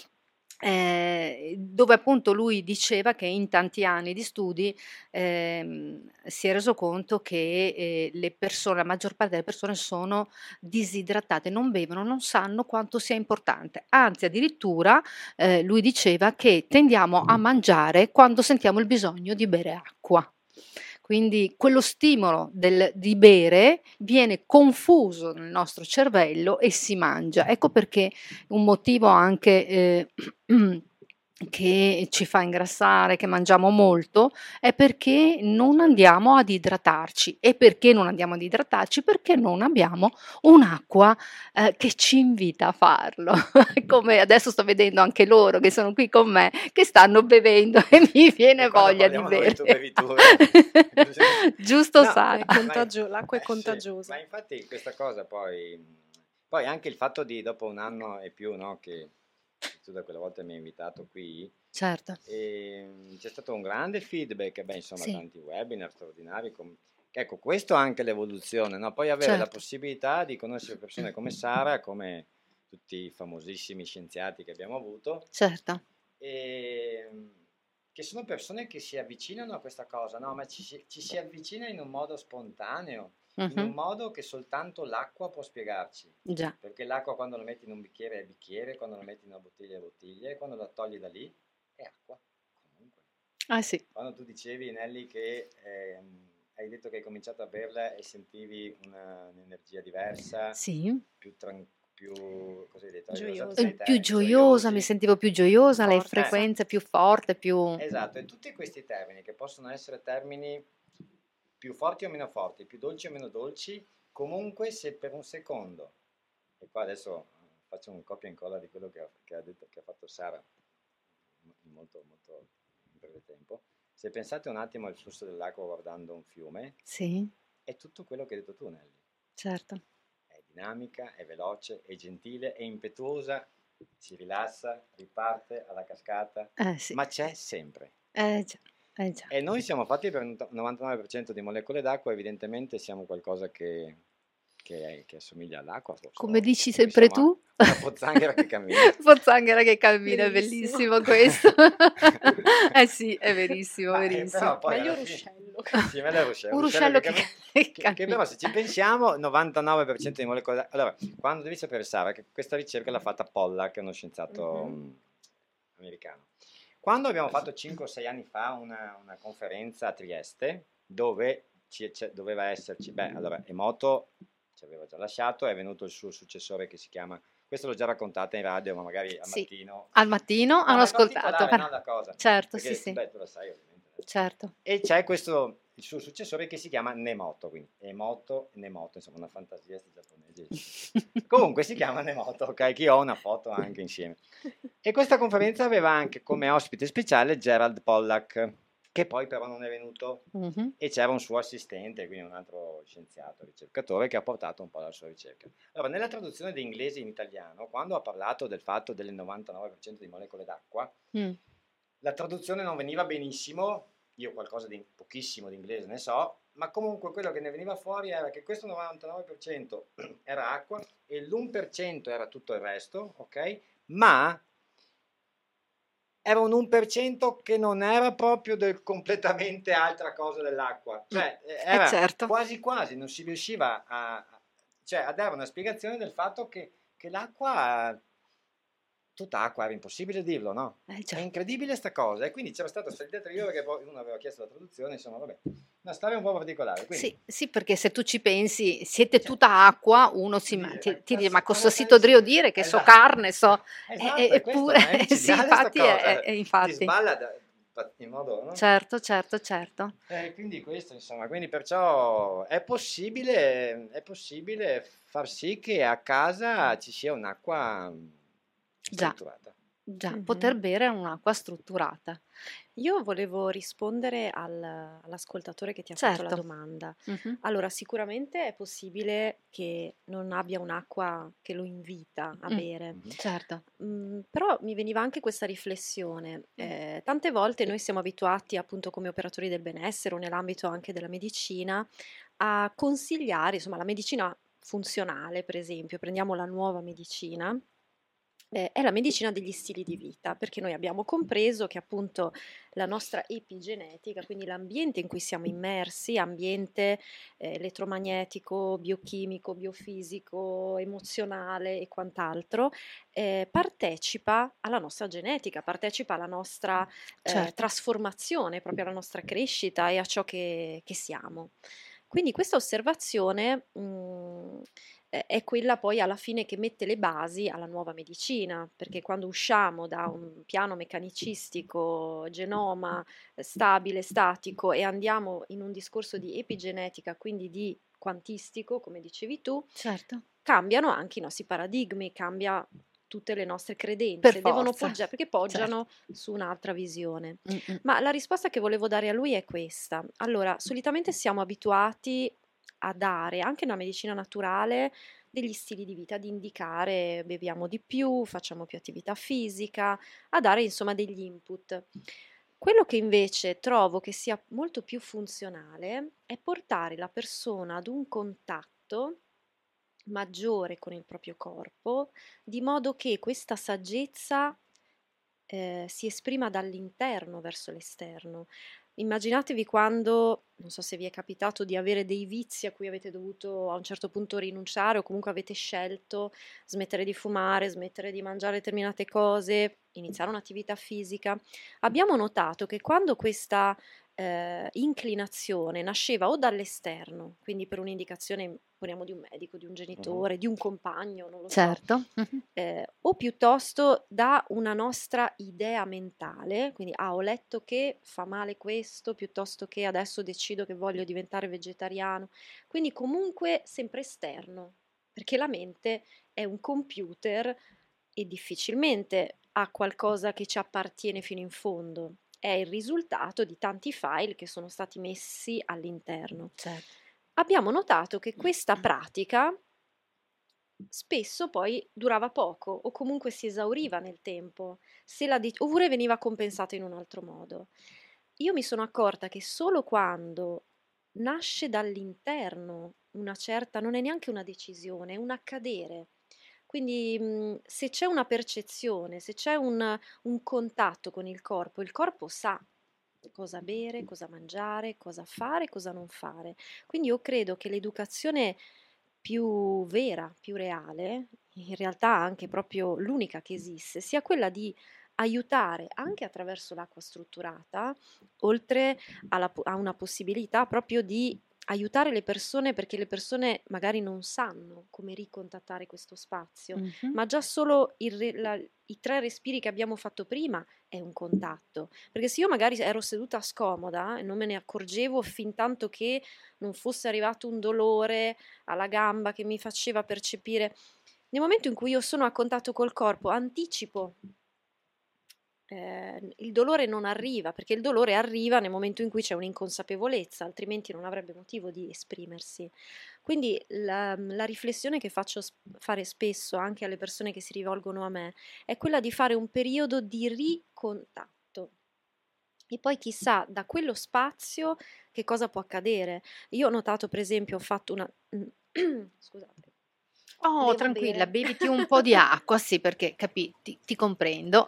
eh, dove appunto lui diceva che in tanti anni di studi ehm, si è reso conto che eh, le persone, la maggior parte delle persone sono disidratate, non bevono, non sanno quanto sia importante. Anzi, addirittura eh, lui diceva che tendiamo a mangiare quando sentiamo il bisogno di bere acqua. Quindi quello stimolo del, di bere viene confuso nel nostro cervello e si mangia. Ecco perché un motivo anche eh, che ci fa ingrassare, che mangiamo molto, è perché non andiamo ad idratarci. E perché non andiamo ad idratarci? Perché non abbiamo un'acqua eh, che ci invita a farlo. Come adesso sto vedendo anche loro che sono qui con me, che stanno bevendo e mi viene E quando voglia di parliamo noi, tu bere. bevi tu, eh. Giusto, No, Sara. È ma- contagio- l'acqua è eh, sì, contagiosa. ma infatti questa cosa poi, poi anche il fatto di dopo un anno e più, no, che tu da quella volta mi hai invitato qui, Certo. e c'è stato un grande feedback, beh, insomma, Sì. tanti webinar straordinari. com- Ecco, questo è anche l'evoluzione, no? Poi avere la Certo. possibilità di conoscere persone come Sara, come tutti i famosissimi scienziati che abbiamo avuto, Certo. e che sono persone che si avvicinano a questa cosa, no? Ma ci si, ci si avvicina in un modo spontaneo, in un Mhm. modo che soltanto l'acqua può spiegarci. Già. Perché l'acqua quando la metti in un bicchiere è bicchiere, quando la metti in una bottiglia è bottiglia, e quando la togli da lì è acqua. Comunque. Ah sì. Quando tu dicevi, Nelly, che ehm, hai detto che hai cominciato a berla e sentivi una- un'energia diversa, Sì. più tranquilla, più, cosa hai detto? Hai Gioiosa. usato dei Eh, Più termini gioiosa, mi gioiosi. sentivo più gioiosa, le Forte. frequenze più forte, più... Esatto, e tutti questi termini che possono essere termini più forti o meno forti, più dolci o meno dolci, comunque se per un secondo, e qua adesso eh, faccio un copia e incolla di quello che ha, che ha detto, che ha fatto Sara in molto, molto in breve tempo, se pensate un attimo al flusso dell'acqua guardando un fiume, Sì, è tutto quello che hai detto tu, Nelly. certo. È dinamica, è veloce, è gentile, è impetuosa, si rilassa, riparte alla cascata, Eh sì. ma c'è sempre. Eh già, eh già. E noi siamo fatti per un novantanove per cento di molecole d'acqua, evidentemente siamo qualcosa che, che, è- che assomiglia all'acqua, forse. Come o- dici noi sempre siamo tu? una pozzanghera che cammina. Pozzanghera che cammina, è Bellissimo. bellissimo questo. Eh sì, è verissimo, Ma, eh, verissimo. però poi Meglio alla fine- ruscello. Sì, meglio ruscello, Un ruscello ruscello che, che, cammi- che che- che però cammina. se ci pensiamo novantanove per cento di molecole d'acqua. Allora, quando devi sapere, Sara, che questa ricerca l'ha fatta Pollack, che è uno scienziato Mhm. mh, americano. Quando abbiamo fatto cinque o sei anni fa una, una conferenza a Trieste, dove ci- c'è- doveva esserci, beh, allora, Emoto ci aveva già lasciato, è venuto il suo successore che si chiama, questo l'ho già raccontata in radio, ma magari al Sì, mattino. al mattino No, hanno ma è ascoltato. particolare, no, la cosa, Certo, sì, perché, sì, beh, tu la sai ovviamente adesso. certo. E c'è questo, il suo successore che si chiama Nemoto, quindi Emoto e Nemoto, insomma una fantasia sti giapponesi. Comunque si chiama Nemoto, ok? Che io ho una foto anche insieme. E questa conferenza aveva anche come ospite speciale Gerald Pollack, che poi però non è venuto, Mhm. e c'era un suo assistente, quindi un altro scienziato, ricercatore, che ha portato un po' la sua ricerca. Allora, nella traduzione di inglese in italiano, quando ha parlato del fatto del novantanove per cento di molecole d'acqua, Mm. la traduzione non veniva benissimo, io qualcosa di pochissimo di inglese ne so, ma comunque quello che ne veniva fuori era che questo novantanove per cento era acqua e l'uno per cento era tutto il resto, ok? Ma era un uno per cento che non era proprio del completamente altra cosa dell'acqua, cioè eh, Eh era certo. quasi quasi, non si riusciva a, a- cioè, a dare una spiegazione del fatto che, che l'acqua, tutta acqua, era impossibile dirlo, no? Eh È già. incredibile sta cosa, e quindi c'era stata questa trio perché poi uno aveva chiesto la traduzione, insomma, vabbè, una storia un po' particolare, quindi Sì, sì, perché se tu ci pensi, siete cioè, tutta acqua, uno si tu ma- dici, ti, ma ti dice, cazzo, ma cosa cosa stai si dovrebbe dicendo? dire che so Esatto. carne, so... Esatto, e- è questo, eppure, ma è sì, micidiale sta infatti, è, cosa, è- ti infatti, sballa da- in modo, no? certo, certo, certo. Eh, quindi questo, insomma, quindi perciò è possibile, è possibile far sì che a casa ci sia un'acqua Già, strutturata. già, Mhm. poter bere un'acqua strutturata. Io volevo rispondere al- all'ascoltatore che ti ha fatto la Certo. domanda. Mhm. Allora, sicuramente è possibile che non abbia un'acqua che lo invita a Mm, bere. Mhm. certo. Mm, però mi veniva anche questa riflessione. Eh, tante volte noi siamo abituati, appunto, come operatori del benessere o nell'ambito anche della medicina, a consigliare, insomma, la medicina funzionale, per esempio, prendiamo la nuova medicina. Eh, è la medicina degli stili di vita, perché noi abbiamo compreso che appunto la nostra epigenetica, quindi l'ambiente in cui siamo immersi, ambiente eh, elettromagnetico, biochimico, biofisico, emozionale e quant'altro, eh, partecipa alla nostra genetica, partecipa alla nostra eh, Certo. trasformazione, proprio alla nostra crescita e a ciò che, che siamo. Quindi questa osservazione mh, eh, è quella poi alla fine che mette le basi alla nuova medicina, perché quando usciamo da un piano meccanicistico, genoma eh, stabile, statico, e andiamo in un discorso di epigenetica, quindi di quantistico, come dicevi tu, Certo. cambiano anche i nostri paradigmi, cambia tutte le nostre Per credenze, devono forza, poggiare, perché certo. poggiano su un'altra visione. Mm, mm. Ma la risposta che volevo dare a lui è questa. Allora, solitamente siamo abituati a dare, anche nella medicina naturale, degli stili di vita, di indicare beviamo di più, facciamo più attività fisica, a dare insomma degli input. Quello che invece trovo che sia molto più funzionale è portare la persona ad un contatto maggiore con il proprio corpo, di modo che questa saggezza eh, si esprima dall'interno verso l'esterno. Immaginatevi quando, non so se vi è capitato di avere dei vizi a cui avete dovuto a un certo punto rinunciare, o comunque avete scelto smettere di fumare, smettere di mangiare determinate cose, iniziare un'attività fisica. Abbiamo notato che quando questa eh, inclinazione nasceva o dall'esterno, quindi per un'indicazione, parliamo di un medico, di un genitore, di un compagno, non lo so, Certo. Mhm. eh, o piuttosto da una nostra idea mentale, quindi ah, ho letto che fa male questo, piuttosto che adesso decido che voglio diventare vegetariano, quindi comunque sempre esterno, perché la mente è un computer e difficilmente ha qualcosa che ci appartiene fino in fondo, è il risultato di tanti file che sono stati messi all'interno. Certo. Abbiamo notato che questa pratica spesso poi durava poco o comunque si esauriva nel tempo, se la di- oppure veniva compensata in un altro modo. Io mi sono accorta che solo quando nasce dall'interno una certa, non è neanche una decisione, è un accadere. Quindi mh, se c'è una percezione, se c'è un, un contatto con il corpo, il corpo sa cosa bere, cosa mangiare, cosa fare, cosa non fare. Quindi io credo che l'educazione più vera, più reale, in realtà anche proprio l'unica che esiste, sia quella di aiutare anche attraverso l'acqua strutturata, oltre alla po- a una possibilità proprio di aiutare le persone, perché le persone magari non sanno come ricontattare questo spazio, Mhm. ma già solo il re- la- i tre respiri che abbiamo fatto prima è un contatto, perché se io magari ero seduta scomoda e non me ne accorgevo fin tanto che non fosse arrivato un dolore alla gamba che mi faceva percepire, nel momento in cui io sono a contatto col corpo, anticipo. Eh, il dolore non arriva, perché il dolore arriva nel momento in cui c'è un'inconsapevolezza, altrimenti non avrebbe motivo di esprimersi. Quindi la, la riflessione che faccio s- fare spesso anche alle persone che si rivolgono a me è quella di fare un periodo di ricontatto. E poi chissà da quello spazio che cosa può accadere. Io ho notato, per esempio, ho fatto una... Scusate. Oh, Devo tranquilla, bere. beviti un po' di acqua, sì, perché capi, ti, ti comprendo.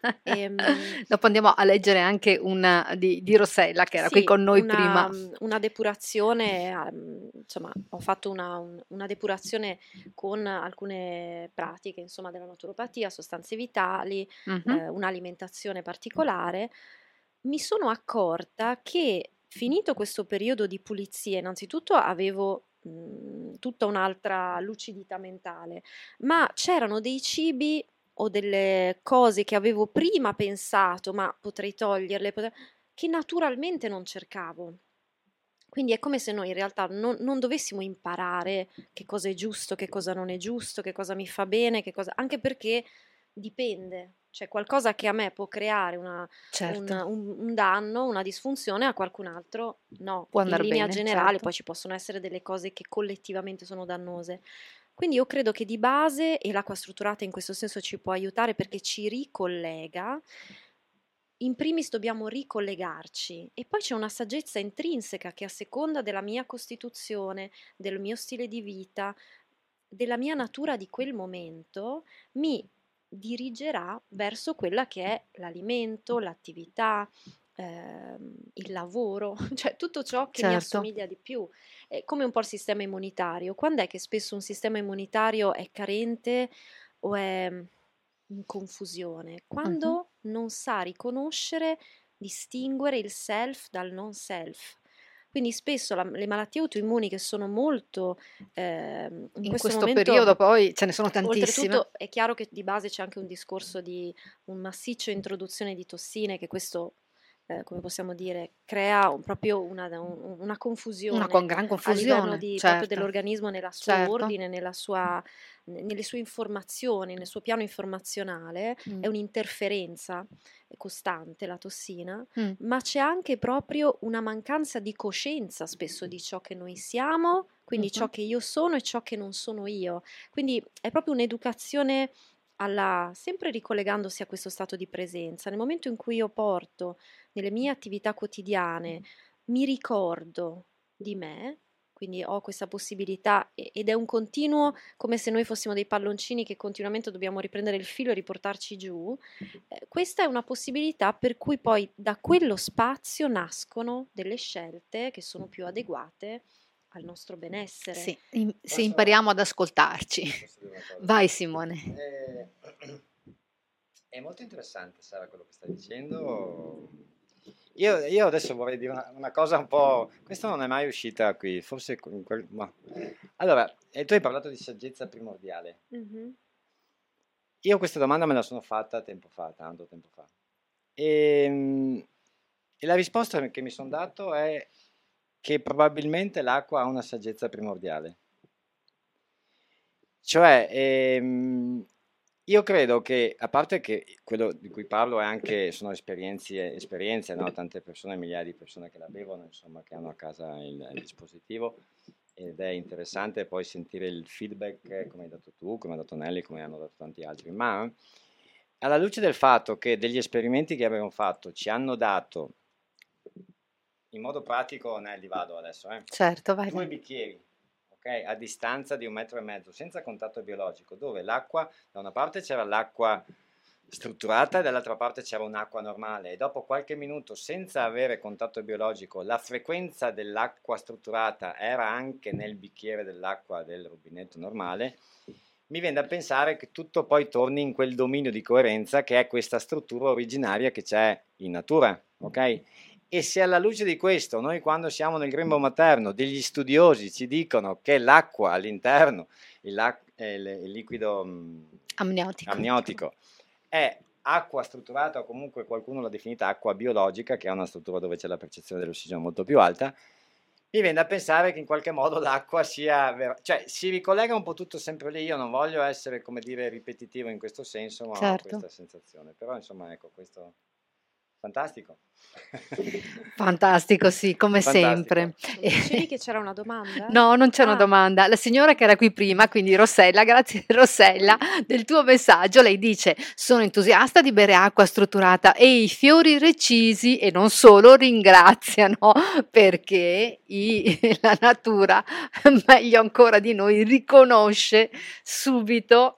Ehm, Dopo andiamo a leggere anche una di, di Rossella, che era qui Sì, con noi una, prima. una depurazione, ehm, insomma, ho fatto una, un- una depurazione con alcune pratiche, insomma, della naturopatia, sostanze vitali, Mhm. eh, un'alimentazione particolare. Mi sono accorta che finito questo periodo di pulizia, innanzitutto avevo mh, tutta un'altra lucidità mentale, ma c'erano dei cibi o delle cose che avevo prima pensato, ma potrei toglierle, potrei- che naturalmente non cercavo. Quindi è come se noi in realtà non, non dovessimo imparare che cosa è giusto, che cosa non è giusto, che cosa mi fa bene, che cosa... anche perché dipende, cioè qualcosa che a me può creare una, un, Certo, un- un danno, una disfunzione, a qualcun altro no. può In andar linea bene, generale certo. poi ci possono essere delle cose che collettivamente sono dannose. Quindi io credo che di base, e l'acqua strutturata in questo senso ci può aiutare perché ci ricollega, in primis dobbiamo ricollegarci e poi c'è una saggezza intrinseca che a seconda della mia costituzione, del mio stile di vita, della mia natura di quel momento, mi dirigerà verso quella che è l'alimento, l'attività, ehm, il lavoro, cioè tutto ciò che mi Certo. assomiglia di più. È come un po' il sistema immunitario. Quando è che spesso un sistema immunitario è carente o è in confusione? Mhm. Quando non sa riconoscere, distinguere il self dal non self. Quindi spesso la- le malattie autoimmuni che sono molto eh, in, In questo, questo momento, periodo poi ce ne sono tantissime. oltretutto è chiaro che di base c'è anche un discorso di un massiccio introduzione di tossine, che questo, eh, come possiamo dire, crea un- proprio una, un- una confusione Una con gran a livello confusione, di, proprio certo, dell'organismo nel suo certo. ordine, nella sua, nelle sue informazioni, nel suo piano informazionale. Mm. È un'interferenza costante la tossina, Mm. ma c'è anche proprio una mancanza di coscienza spesso di ciò che noi siamo, quindi Mhm. ciò che io sono e ciò che non sono io. Quindi è proprio un'educazione alla, sempre ricollegandosi a questo stato di presenza. Nel momento in cui io porto nelle mie attività quotidiane, mi ricordo di me, quindi ho questa possibilità e- ed è un continuo, come se noi fossimo dei palloncini che continuamente dobbiamo riprendere il filo e riportarci giù. Eh, questa è una possibilità per cui poi da quello spazio nascono delle scelte che sono più adeguate al nostro benessere. Sì, im- se Posso- impariamo ad ascoltarci. Posso dire una cosa? Vai Simone. Eh, è molto interessante, Sara, quello che stai dicendo. Io, io adesso vorrei dire una, una cosa un po'. Questa non è mai uscita qui, forse. in quel- ma- Allora, eh, tu hai parlato di saggezza primordiale. Mhm. Io questa domanda me la sono fatta tempo fa, tanto tempo fa. E, e la risposta che mi sono dato è che probabilmente l'acqua ha una saggezza primordiale. Cioè, ehm, io credo che, a parte che quello di cui parlo è anche, sono esperienze, esperienze, no? Tante persone, migliaia di persone che la bevono, insomma, che hanno a casa il, il dispositivo, ed è interessante poi sentire il feedback, eh, come hai dato tu, come ha dato Nelly, come hanno dato tanti altri, ma alla luce del fatto che degli esperimenti che abbiamo fatto ci hanno dato, in modo pratico, Nelly, vado adesso, eh, Certo, vai. due vai. bicchieri, ok, a distanza di un metro e mezzo, senza contatto biologico, dove l'acqua, da una parte c'era l'acqua strutturata e dall'altra parte c'era un'acqua normale, e dopo qualche minuto, senza avere contatto biologico, la frequenza dell'acqua strutturata era anche nel bicchiere dell'acqua del rubinetto normale. Mi viene da pensare che tutto poi torni in quel dominio di coerenza che è questa struttura originaria che c'è in natura, ok? E se alla luce di questo, noi quando siamo nel grembo materno, degli studiosi ci dicono che l'acqua all'interno, il, il, il liquido mh, Amniotico. amniotico, è acqua strutturata, o comunque qualcuno l'ha definita acqua biologica, che è una struttura dove c'è la percezione dell'ossigeno molto più alta, mi viene da pensare che in qualche modo l'acqua sia, vera- cioè si ricollega un po' tutto sempre lì. Io non voglio essere, come dire, ripetitivo in questo senso, ma Certo. ho questa sensazione. Però insomma, ecco, questo fantastico. Fantastico, sì, come Fantastico. sempre. Non dicevi che c'era una domanda? No, non c'è una Ah. domanda. La signora che era qui prima, quindi Rossella, grazie Rossella del tuo messaggio, lei dice: sono entusiasta di bere acqua strutturata e i fiori recisi e non solo ringraziano perché i- la natura, meglio ancora di noi, riconosce subito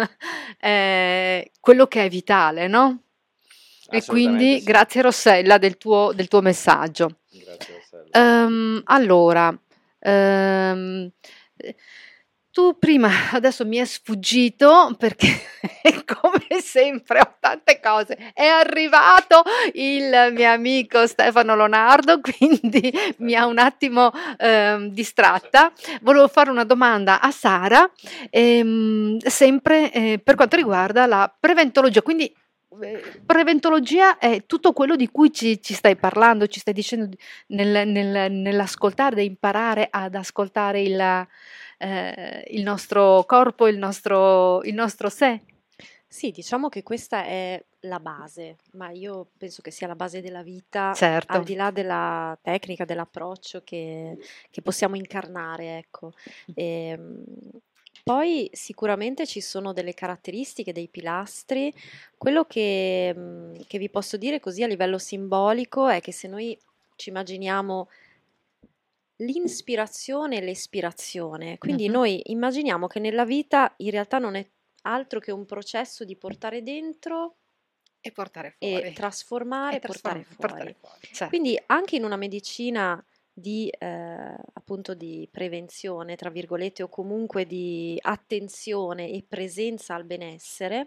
eh, quello che è vitale, no? E Assolutamente quindi sì. grazie Rossella del tuo, del tuo messaggio. Grazie, Rossella. Ehm, allora, ehm, eh, tu prima, adesso mi è sfuggito perché come sempre ho tante cose. È arrivato il mio amico Stefano Leonardo, quindi mi ha un attimo ehm, distratta. Volevo fare una domanda a Sara, ehm, sempre eh, per quanto riguarda la preventologia, quindi eh, preventologia è tutto quello di cui ci, ci stai parlando, ci stai dicendo di- nel- nel- nell'ascoltare, da imparare ad ascoltare il, eh, il nostro corpo, il nostro, il nostro sé. Sì, diciamo che questa è la base, ma io penso che sia la base della vita, Certo. al di là della tecnica, dell'approccio che, che possiamo incarnare, ecco. Ehm, poi sicuramente ci sono delle caratteristiche, dei pilastri. Quello che, mm, che vi posso dire così a livello simbolico è che se noi ci immaginiamo l'inspirazione e l'espirazione, quindi Mhm. noi immaginiamo che nella vita in realtà non è altro che un processo di portare dentro E portare e fuori. trasformare E e portare trasform- fuori. portare fuori, certo. Quindi anche in una medicina di eh, appunto di prevenzione, tra virgolette, o comunque di attenzione e presenza al benessere,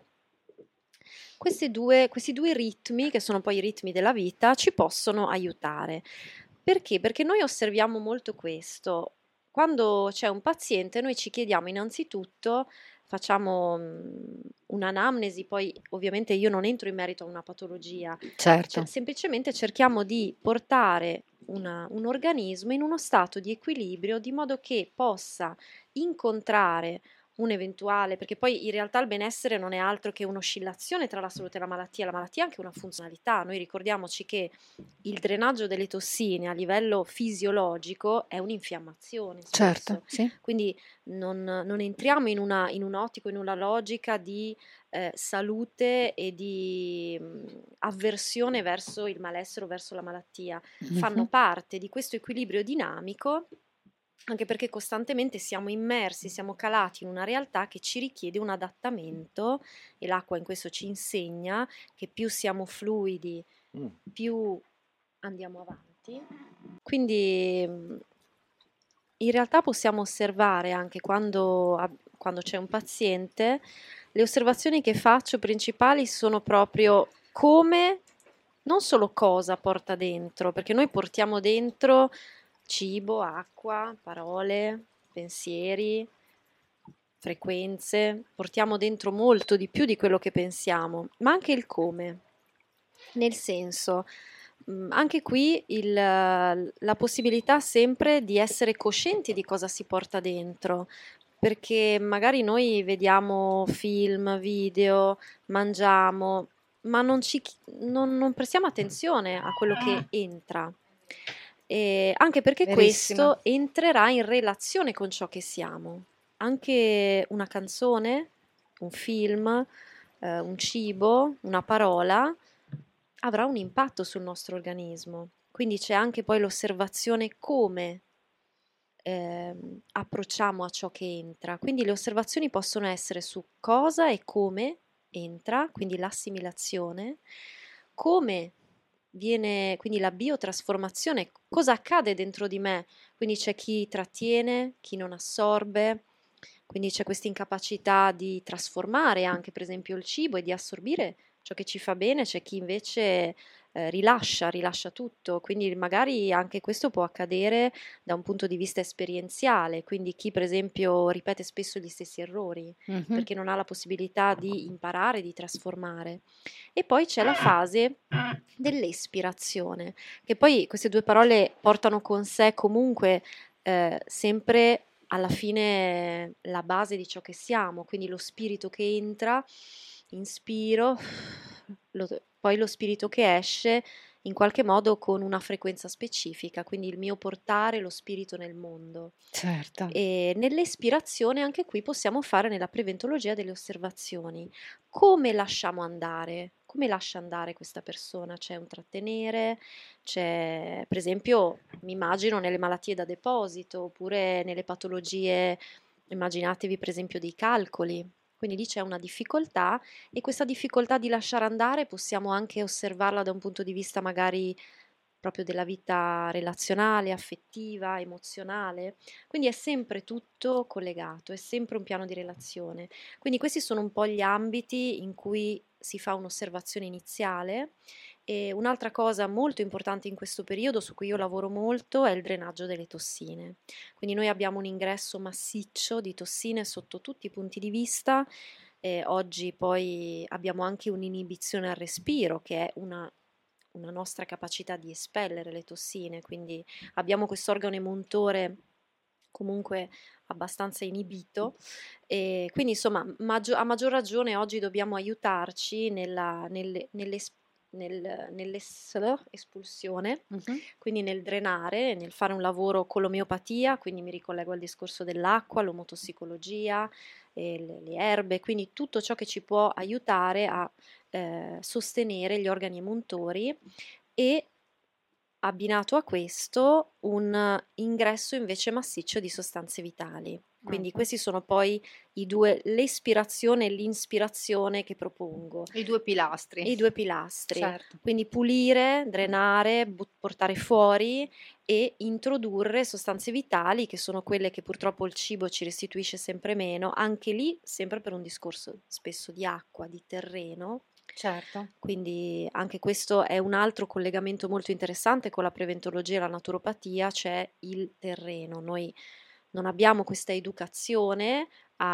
questi due, questi due ritmi, che sono poi i ritmi della vita, ci possono aiutare. Perché? Perché noi osserviamo molto questo. Quando c'è un paziente, noi ci chiediamo innanzitutto, facciamo mm, un'anamnesi, poi ovviamente io non entro in merito a una patologia, Certo. cioè, semplicemente cerchiamo di portare una- un organismo in uno stato di equilibrio di modo che possa incontrare un eventuale, perché poi in realtà il benessere non è altro che un'oscillazione tra la salute e la malattia, la malattia ha anche una funzionalità. Noi ricordiamoci che il drenaggio delle tossine a livello fisiologico è un'infiammazione Certo, spesso, sì. quindi non, non entriamo in una, in un ottico, in una logica di eh, salute e di mh, avversione verso il malessere o verso la malattia. Fanno Mhm. parte di questo equilibrio dinamico, anche perché costantemente siamo immersi, siamo calati in una realtà che ci richiede un adattamento, e l'acqua in questo ci insegna che più siamo fluidi, Mm. più andiamo avanti. Quindi mh, in realtà possiamo osservare anche quando, ab- quando c'è un paziente, le osservazioni che faccio principali sono proprio come, non solo cosa porta dentro, perché noi portiamo dentro cibo, acqua, parole, pensieri, frequenze, portiamo dentro molto di più di quello che pensiamo, ma anche il come. Nel senso, mh, anche qui il, la possibilità sempre di essere coscienti di cosa si porta dentro, perché magari noi vediamo film, video, mangiamo, ma non, ci, chi- non, non prestiamo attenzione a quello che entra. E anche perché Verissimo. questo entrerà in relazione con ciò che siamo. Anche una canzone, un film, eh, un cibo, una parola avrà un impatto sul nostro organismo. Quindi c'è anche poi l'osservazione come ehm, approcciamo a ciò che entra. Quindi le osservazioni possono essere su cosa e come entra, quindi l'assimilazione, come viene, quindi la biotrasformazione, cosa accade dentro di me. Quindi c'è chi trattiene, chi non assorbe, quindi c'è questa incapacità di trasformare anche per esempio il cibo e di assorbire ciò che ci fa bene, c'è chi invece eh, rilascia, rilascia tutto, quindi magari anche questo può accadere da un punto di vista esperienziale, quindi chi per esempio ripete spesso gli stessi errori Mhm. perché non ha la possibilità di imparare, di trasformare. E poi c'è la fase dell'espirazione, che poi queste due parole portano con sé comunque eh, sempre alla fine la base di ciò che siamo, quindi lo spirito che entra, inspiro, lo- poi lo spirito che esce in qualche modo con una frequenza specifica, quindi il mio portare lo spirito nel mondo. Certo. E nell'espirazione anche qui possiamo fare nella preventologia delle osservazioni. Come lasciamo andare? Come lascia andare questa persona? C'è un trattenere, c'è per esempio, mi immagino nelle malattie da deposito oppure nelle patologie, immaginatevi per esempio dei calcoli. Quindi lì c'è una difficoltà e questa difficoltà di lasciare andare possiamo anche osservarla da un punto di vista magari proprio della vita relazionale, affettiva, emozionale. Quindi è sempre tutto collegato, è sempre un piano di relazione. Quindi questi sono un po' gli ambiti in cui si fa un'osservazione iniziale. E un'altra cosa molto importante in questo periodo, su cui io lavoro molto, è il drenaggio delle tossine. Quindi noi abbiamo un ingresso massiccio di tossine sotto tutti i punti di vista. E oggi poi abbiamo anche un'inibizione al respiro, che è una, una nostra capacità di espellere le tossine, quindi abbiamo questo organo emotore comunque abbastanza inibito e quindi insomma maggio- a maggior ragione oggi dobbiamo aiutarci nella, nelle, nell'es- nel, nell'espulsione, Mhm. quindi nel drenare, nel fare un lavoro con l'omeopatia, quindi mi ricollego al discorso dell'acqua, l'omotossicologia, e le, le erbe, quindi tutto ciò che ci può aiutare a eh, sostenere gli organi emuntori e abbinato a questo un ingresso invece massiccio di sostanze vitali. Quindi Mhm. questi sono poi i due, l'espirazione e l'inspirazione che propongo, I due pilastri. i due pilastri. Certo. Quindi pulire, drenare, but- portare fuori e introdurre sostanze vitali che sono quelle che purtroppo il cibo ci restituisce sempre meno, anche lì sempre per un discorso spesso di acqua, di terreno. Certo. Quindi anche questo è un altro collegamento molto interessante con la preventologia e la naturopatia, c'è il terreno. Noi non abbiamo questa educazione,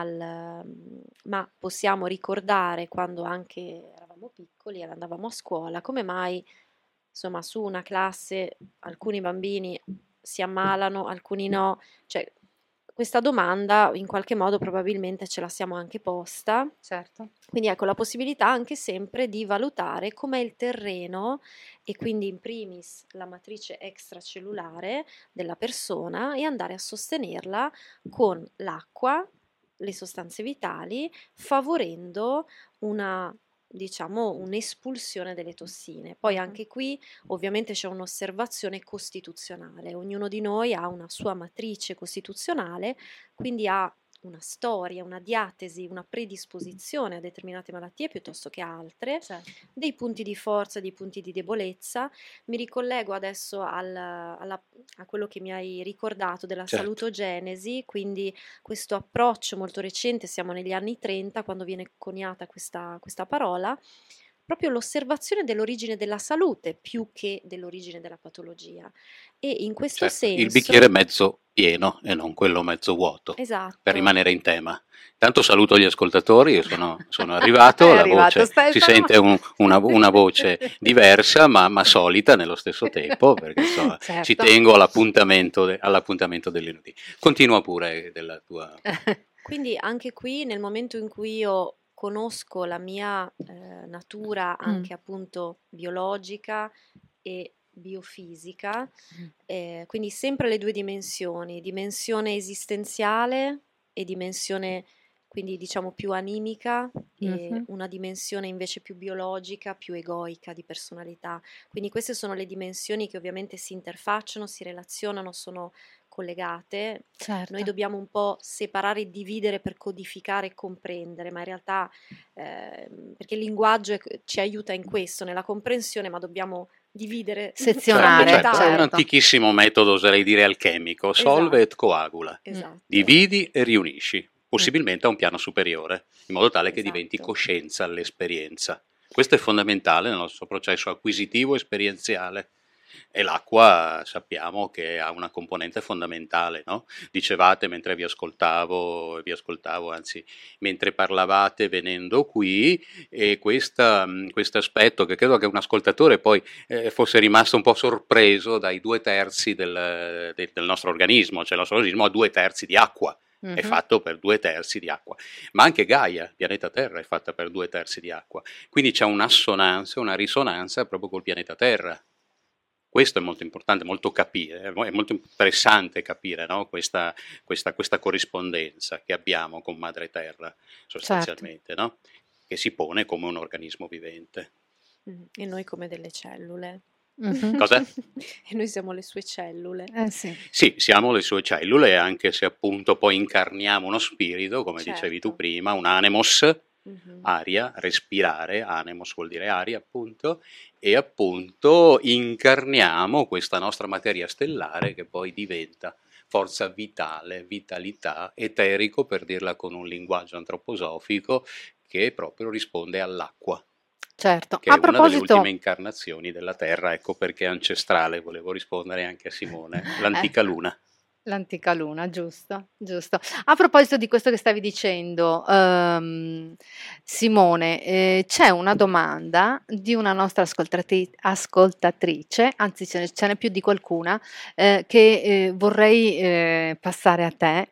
al, ma possiamo ricordare quando anche eravamo piccoli e andavamo a scuola, come mai insomma su una classe alcuni bambini si ammalano, alcuni no, cioè questa domanda in qualche modo probabilmente ce la siamo anche posta. Certo. Quindi ecco la possibilità anche sempre di valutare com'è il terreno e quindi in primis la matrice extracellulare della persona e andare a sostenerla con l'acqua, le sostanze vitali, favorendo una diciamo un'espulsione delle tossine. Poi anche qui ovviamente c'è un'osservazione costituzionale, ognuno di noi ha una sua matrice costituzionale, quindi ha una storia, una diatesi, una predisposizione a determinate malattie piuttosto che a altre, Certo. dei punti di forza, dei punti di debolezza. Mi ricollego adesso al, alla, a quello che mi hai ricordato della Certo. salutogenesi, quindi questo approccio molto recente, siamo negli anni trenta quando viene coniata questa, questa parola, proprio l'osservazione dell'origine della salute più che dell'origine della patologia. E in questo Certo, senso... il bicchiere mezzo pieno e non quello mezzo vuoto, Esatto. per rimanere in tema. Intanto saluto gli ascoltatori, io sono, sono arrivato, È la arrivato voce, Stefano. si sente un- una, una voce diversa ma, ma solita nello stesso tempo, perché insomma, Certo. ci tengo all'appuntamento, de- all'appuntamento delle nudi. Continua pure della tua... Quindi anche qui nel momento in cui io conosco la mia eh, natura anche appunto biologica e biofisica, eh, quindi sempre le due dimensioni, dimensione esistenziale e dimensione quindi diciamo più animica e Mhm. una dimensione invece più biologica, più egoica di personalità. Quindi queste sono le dimensioni che ovviamente si interfacciano, si relazionano, sono collegate. Certo. Noi dobbiamo un po' separare e dividere per codificare e comprendere, ma in realtà eh, perché il linguaggio è- ci aiuta in questo, nella comprensione, ma dobbiamo dividere Sezionare, Certo, certo, è un certo. antichissimo metodo, oserei dire alchemico, solve Esatto. et coagula. Esatto. Dividi e riunisci, possibilmente a un piano superiore, in modo tale che Esatto. diventi coscienza all'esperienza. Questo è fondamentale nel nostro processo acquisitivo esperienziale. E l'acqua sappiamo che ha una componente fondamentale, no? Dicevate mentre vi ascoltavo, vi ascoltavo, anzi, mentre parlavate venendo qui, e questo aspetto che credo che un ascoltatore poi eh, fosse rimasto un po' sorpreso dai due terzi del, del, del nostro organismo, cioè il nostro organismo ha due terzi di acqua. Mhm. È fatto per due terzi di acqua, ma anche Gaia, il pianeta Terra, è fatta per due terzi di acqua, quindi c'è un'assonanza, una risonanza proprio col pianeta Terra. Questo è molto importante, molto capire, è molto interessante capire, no? questa, questa, questa corrispondenza che abbiamo con Madre Terra, sostanzialmente, no? Che si pone come un organismo vivente. Mm, E noi come delle cellule. Mhm. Cosa? E noi siamo le sue cellule. Eh sì. Sì, siamo le sue cellule, anche se appunto poi incarniamo uno spirito, come Certo. dicevi tu prima, un anemos, Mhm. aria, respirare, anemos vuol dire aria appunto, e appunto incarniamo questa nostra materia stellare che poi diventa forza vitale, vitalità, eterico, per dirla con un linguaggio antroposofico, che proprio risponde all'acqua, Certo. che è A una delle proposito, ultime incarnazioni della Terra, ecco perché è ancestrale, volevo rispondere anche a Simone, l'antica Eh. luna. l'antica luna, giusto, giusto. A proposito di questo che stavi dicendo, ehm, Simone, eh, c'è una domanda di una nostra ascoltati- ascoltatrice, anzi ce ne, ce n'è più di qualcuna, eh, che eh, vorrei eh, passare a te.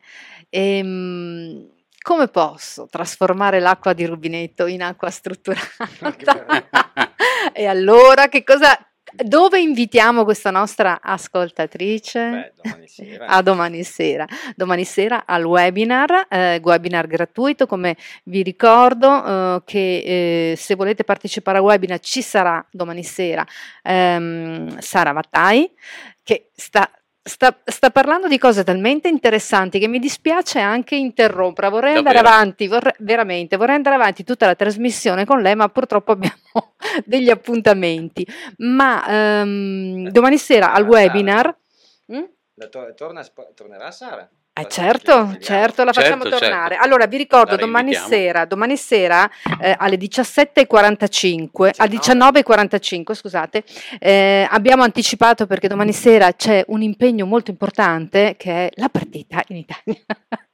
Ehm, come posso trasformare l'acqua di rubinetto in acqua strutturata? E allora, che cosa, dove invitiamo questa nostra ascoltatrice? Beh, domani sera. A domani sera, domani sera al webinar, eh, webinar gratuito, come vi ricordo eh, che eh, se volete partecipare al webinar ci sarà domani sera ehm, Sara Vattai, che sta, sta, sta parlando di cose talmente interessanti che mi dispiace anche interrompere, vorrei andare Davvero? avanti, vorrei, veramente, vorrei andare avanti tutta la trasmissione con lei, ma purtroppo abbiamo degli appuntamenti, ma ehm, domani sera al Sarà Sara. webinar... Mm? La to- torna, sp- tornerà Sara? Eh Qualche certo, chiacchiera. certo, la facciamo Certo, tornare. certo. Allora, vi ricordo La domani reinvitiamo. sera, domani sera eh, alle diciassette e quarantacinque, a diciannove. diciannove e quarantacinque, scusate, eh, abbiamo anticipato perché domani sera c'è un impegno molto importante che è la partita in Italia.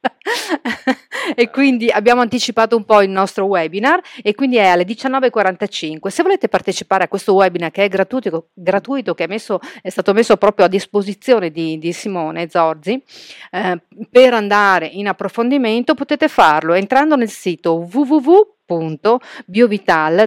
E quindi abbiamo anticipato un po' il nostro webinar e quindi è alle diciannove e quarantacinque. Se volete partecipare a questo webinar che è gratuito, gratuito che è, messo, è stato messo proprio a disposizione di, di Simone Zorzi, eh, per andare in approfondimento potete farlo entrando nel sito w w w punto biovital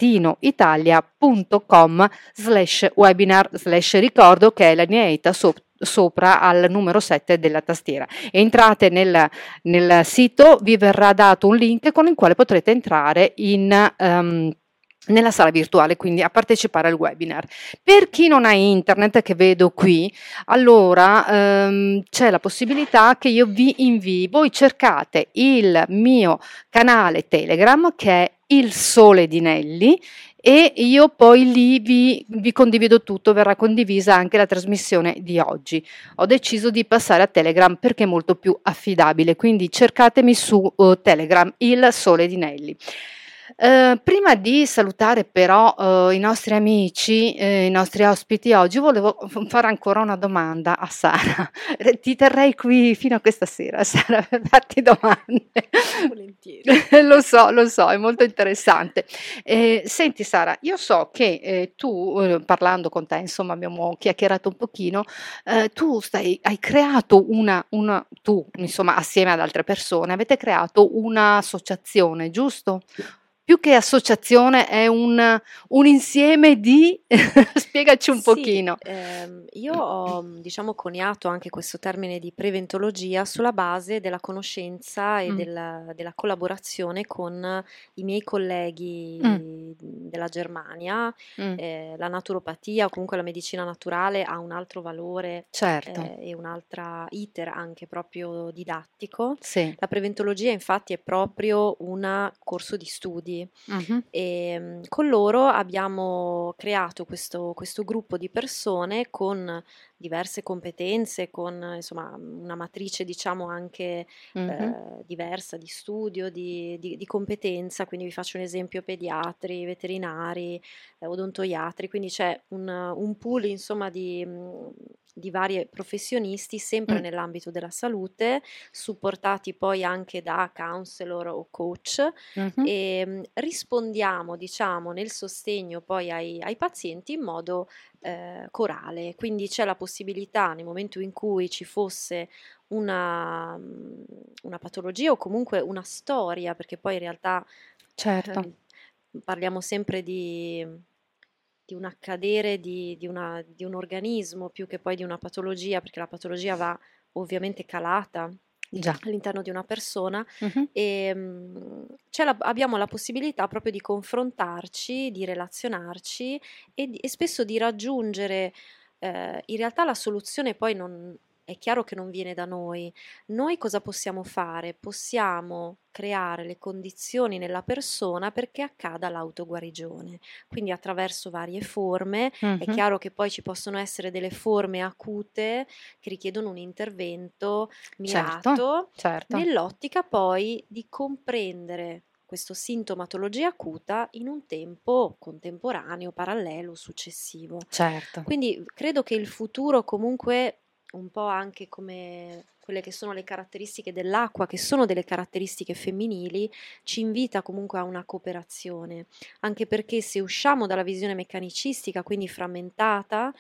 italia punto com slash webinar slash ricordo che è la lineetta sopra sopra al numero sette della tastiera. Entrate nel, nel sito, vi verrà dato un link con il quale potrete entrare in um, nella sala virtuale, quindi a partecipare al webinar. Per chi non ha internet, che vedo qui, allora ehm, c'è la possibilità che io vi invii, voi cercate il mio canale Telegram che è Il Sole di Nelly e io poi lì vi, vi condivido tutto, verrà condivisa anche la trasmissione di oggi. Ho deciso di passare a Telegram perché è molto più affidabile, quindi cercatemi su uh, Telegram Il Sole di Nelly. Uh, prima di salutare però uh, i nostri amici, eh, i nostri ospiti oggi, volevo fare ancora una domanda a Sara. Ti terrei qui fino a questa sera, Sara, per farti domande. Volentieri. Lo so, lo so, è molto interessante. Eh, senti Sara, io so che eh, tu, eh, parlando con te, insomma abbiamo chiacchierato un pochino, eh, tu stai, hai creato una, una, tu insomma assieme ad altre persone avete creato un'associazione, giusto? Più che associazione è un, un insieme di... Spiegaci un Sì, pochino. ehm, io ho diciamo coniato anche questo termine di preventologia sulla base della conoscenza e Mm. della, della collaborazione con i miei colleghi Mm. della Germania. Mm. Eh, la naturopatia o comunque la medicina naturale ha un altro valore Certo, eh, e un'altra iter anche proprio didattico. sì. La preventologia infatti è proprio un corso di studi. Mhm. E mm, con loro abbiamo creato questo, questo gruppo di persone con diverse competenze, con insomma una matrice diciamo anche Mhm. eh, diversa di studio, di, di- di competenza, quindi vi faccio un esempio: pediatri, veterinari, eh, odontoiatri, quindi c'è un, un pool insomma di, mm, di vari professionisti sempre Mm. nell'ambito della salute, supportati poi anche da counselor o coach Mhm. e mm, rispondiamo diciamo nel sostegno poi ai, ai pazienti in modo eh, corale, quindi c'è la possibilità nel momento in cui ci fosse una, mm, una patologia o comunque una storia, perché poi in realtà Certo, ehm, parliamo sempre di, di un accadere di, di una- di un organismo più che poi di una patologia, perché la patologia va ovviamente calata già. all'interno di una persona Mhm. e mm, c'è la- abbiamo la possibilità proprio di confrontarci, di relazionarci e, di- e spesso di raggiungere eh, in realtà la soluzione poi non è chiaro che non viene da noi. Noi cosa possiamo fare? Possiamo creare le condizioni nella persona perché accada l'autoguarigione, quindi attraverso varie forme. È Mhm. chiaro che poi ci possono essere delle forme acute che richiedono un intervento Certo, mirato, certo. nell'ottica poi di comprendere questa sintomatologia acuta in un tempo contemporaneo, parallelo, successivo. Certo. Quindi credo che il futuro comunque, un po' anche come quelle che sono le caratteristiche dell'acqua, che sono delle caratteristiche femminili, ci invita comunque a una cooperazione, anche perché se usciamo dalla visione meccanicistica, quindi frammentata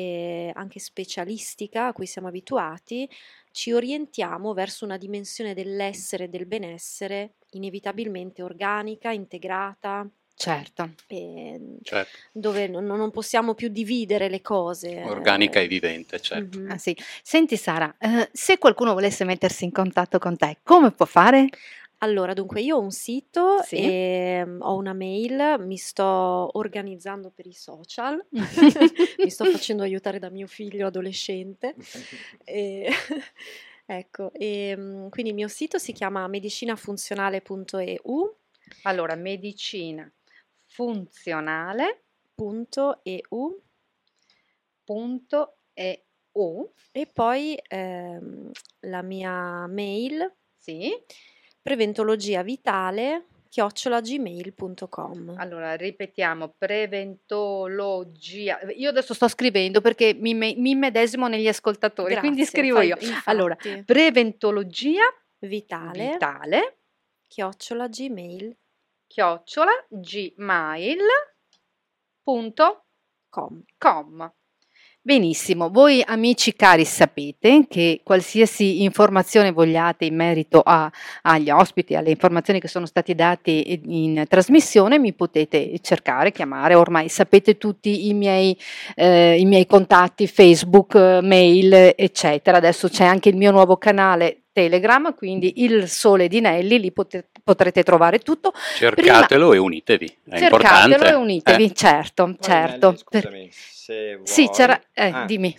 e anche specialistica a cui siamo abituati, ci orientiamo verso una dimensione dell'essere e del benessere inevitabilmente organica, integrata, Certo. e Certo. dove non, non possiamo più dividere le cose. Organica e eh. vivente, certo. Mhm. Ah, sì. Senti Sara, eh, se qualcuno volesse mettersi in contatto con te, come può fare? Allora, dunque io ho un sito Sì. e mm, ho una mail, mi sto organizzando per i social, mi sto facendo aiutare da mio figlio adolescente. E, ecco, e, mm, quindi il mio sito si chiama medicinafunzionale punto e u. Allora, medicina funzionale Punto e u. punto e Oh, e poi ehm, la mia mail sì. preventologiavitale chiocciola gmail punto com. Allora, ripetiamo, preventologia. Io adesso sto scrivendo perché mi, me- mi immedesimo negli ascoltatori, quindi Grazie, scrivo fai- io. infatti. Allora, preventologia Vitale vitale chiocciola gmail chiocciola gmail punto com. com. Benissimo, voi amici cari sapete che qualsiasi informazione vogliate in merito a- agli ospiti, alle informazioni che sono stati dati in trasmissione, mi potete cercare, chiamare, ormai sapete tutti i miei, eh, i miei contatti Facebook, eh, mail, eccetera. Adesso c'è anche il mio nuovo canale Telegram, quindi Il Sole di Nelly, lì pote- potrete trovare tutto. Cercatelo e unitevi, è Cercatelo importante. e unitevi, Eh. certo, Poi, certo. Nelly, Per- scusami, se Sì, vuoi. c'era, eh, Ah, dimmi.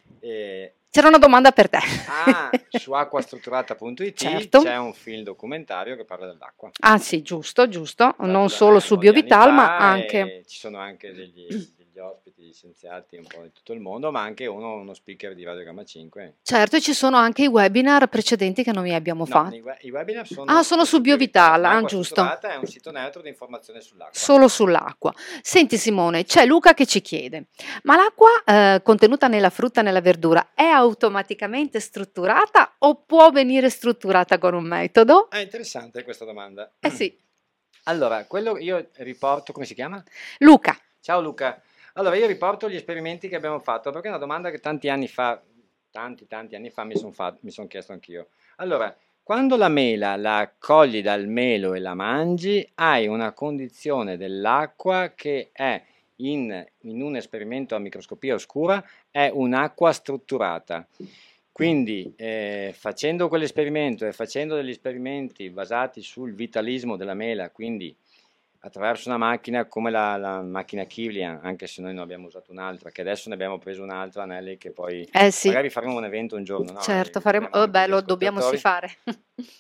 eh, C'era una domanda per te. ah, su acquastrutturata punto it Certo. c'è un film documentario che parla dell'acqua. Ah sì, giusto, giusto, Fatto non da solo me su un po' di anni Biovital, ma fa, anche... e ci sono anche degli, degli ospiti, scienziati un po' di tutto il mondo, ma anche uno, uno speaker di Radiogramma cinque. Certo, e ci sono anche i webinar precedenti che noi abbiamo No, fatto. i, we- i webinar sono, Ah, sono su Biovital, ma ah, Acqua giusto. Strutturata è un sito neutro di informazione sull'acqua. Solo sull'acqua. Senti Simone, c'è Luca che ci chiede, ma l'acqua eh, contenuta nella frutta e nella verdura è automaticamente strutturata o può venire strutturata con un metodo? È interessante questa domanda. Eh sì. Allora, quello io riporto, come si chiama? Luca. Ciao Luca. Allora, io riporto gli esperimenti che abbiamo fatto, perché è una domanda che tanti anni fa, tanti tanti anni fa mi sono son chiesto anch'io. Allora, quando la mela la accogli dal melo e la mangi, hai una condizione dell'acqua che è, in, in un esperimento a microscopia oscura, è un'acqua strutturata. Quindi eh, facendo quell'esperimento e facendo degli esperimenti basati sul vitalismo della mela, quindi attraverso una macchina come la, la macchina Kirlian, anche se noi ne abbiamo usato un'altra, che adesso ne abbiamo preso un'altra, Nelly, che poi Eh sì. magari faremo un evento un giorno, no? Certo, E faremo... chiamiamo Oh, anche gli bello, dobbiamo sì ascoltatori. fare.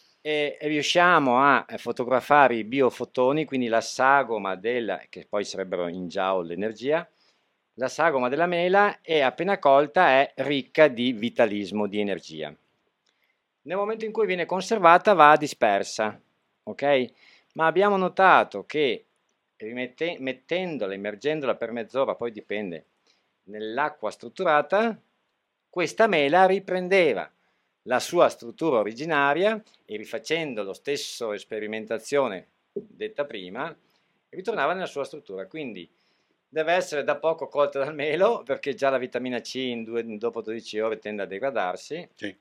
E, e riusciamo a fotografare i biofotoni, quindi la sagoma della, che poi sarebbero in joule l'energia, la sagoma della mela, e appena colta è ricca di vitalismo, di energia. Nel momento in cui viene conservata va dispersa, ok? Ma abbiamo notato che rimette, mettendola, immergendola per mezz'ora, poi dipende, nell'acqua strutturata, questa mela riprendeva la sua struttura originaria e, rifacendo lo stesso sperimentazione detta prima, ritornava nella sua struttura. Quindi deve essere da poco colta dal melo, perché già la vitamina C in due, dopo dodici ore tende a degradarsi. Sì.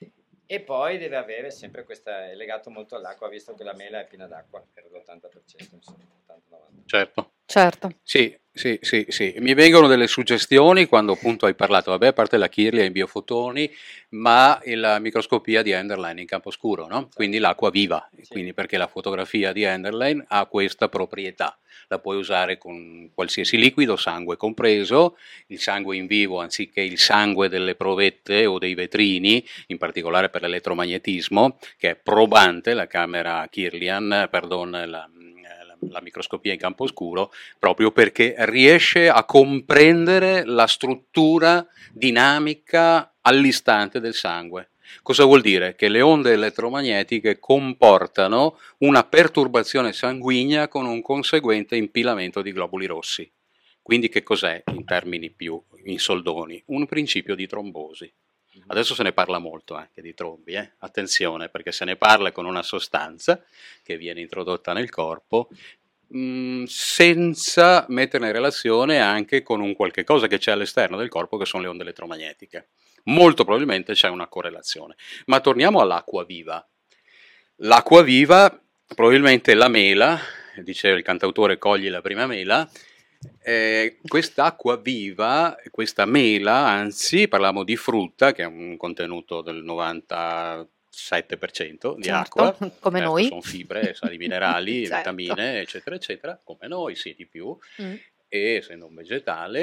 E poi deve avere sempre questa, è legato molto all'acqua, visto che la mela è piena d'acqua, per l'ottanta per cento, insomma, ottanta novanta. Certo. Certo. Sì, sì, sì, sì. Mi vengono delle suggestioni quando appunto hai parlato, vabbè, a parte la Kirlia in biofotoni, ma la microscopia di Enderlein in campo scuro, no? Quindi l'acqua viva, Sì. quindi perché la fotografia di Enderlein ha questa proprietà, la puoi usare con qualsiasi liquido, sangue compreso, il sangue in vivo anziché il sangue delle provette o dei vetrini, in particolare per l'elettromagnetismo, che è probante, la camera Kirlian, perdon, la la microscopia in campo scuro, proprio perché riesce a comprendere la struttura dinamica all'istante del sangue. Cosa vuol dire? Che le onde elettromagnetiche comportano una perturbazione sanguigna con un conseguente impilamento di globuli rossi. Quindi che cos'è, in termini più in soldoni? Un principio di trombosi. Adesso se ne parla molto anche di trombi, eh? Attenzione, perché se ne parla con una sostanza che viene introdotta nel corpo mh, senza mettere in relazione anche con un qualche cosa che c'è all'esterno del corpo, che sono le onde elettromagnetiche. Molto probabilmente c'è una correlazione. Ma torniamo all'acqua viva. L'acqua viva, probabilmente la mela, diceva il cantautore Cogli la prima mela, Eh, quest'acqua viva, questa mela, anzi, parliamo di frutta, che è un contenuto del novantasette per cento di Certo, acqua, come certo, noi. sono fibre, sali minerali, Certo. vitamine, eccetera, eccetera, come noi, sì, di più, Mm. e essendo un vegetale,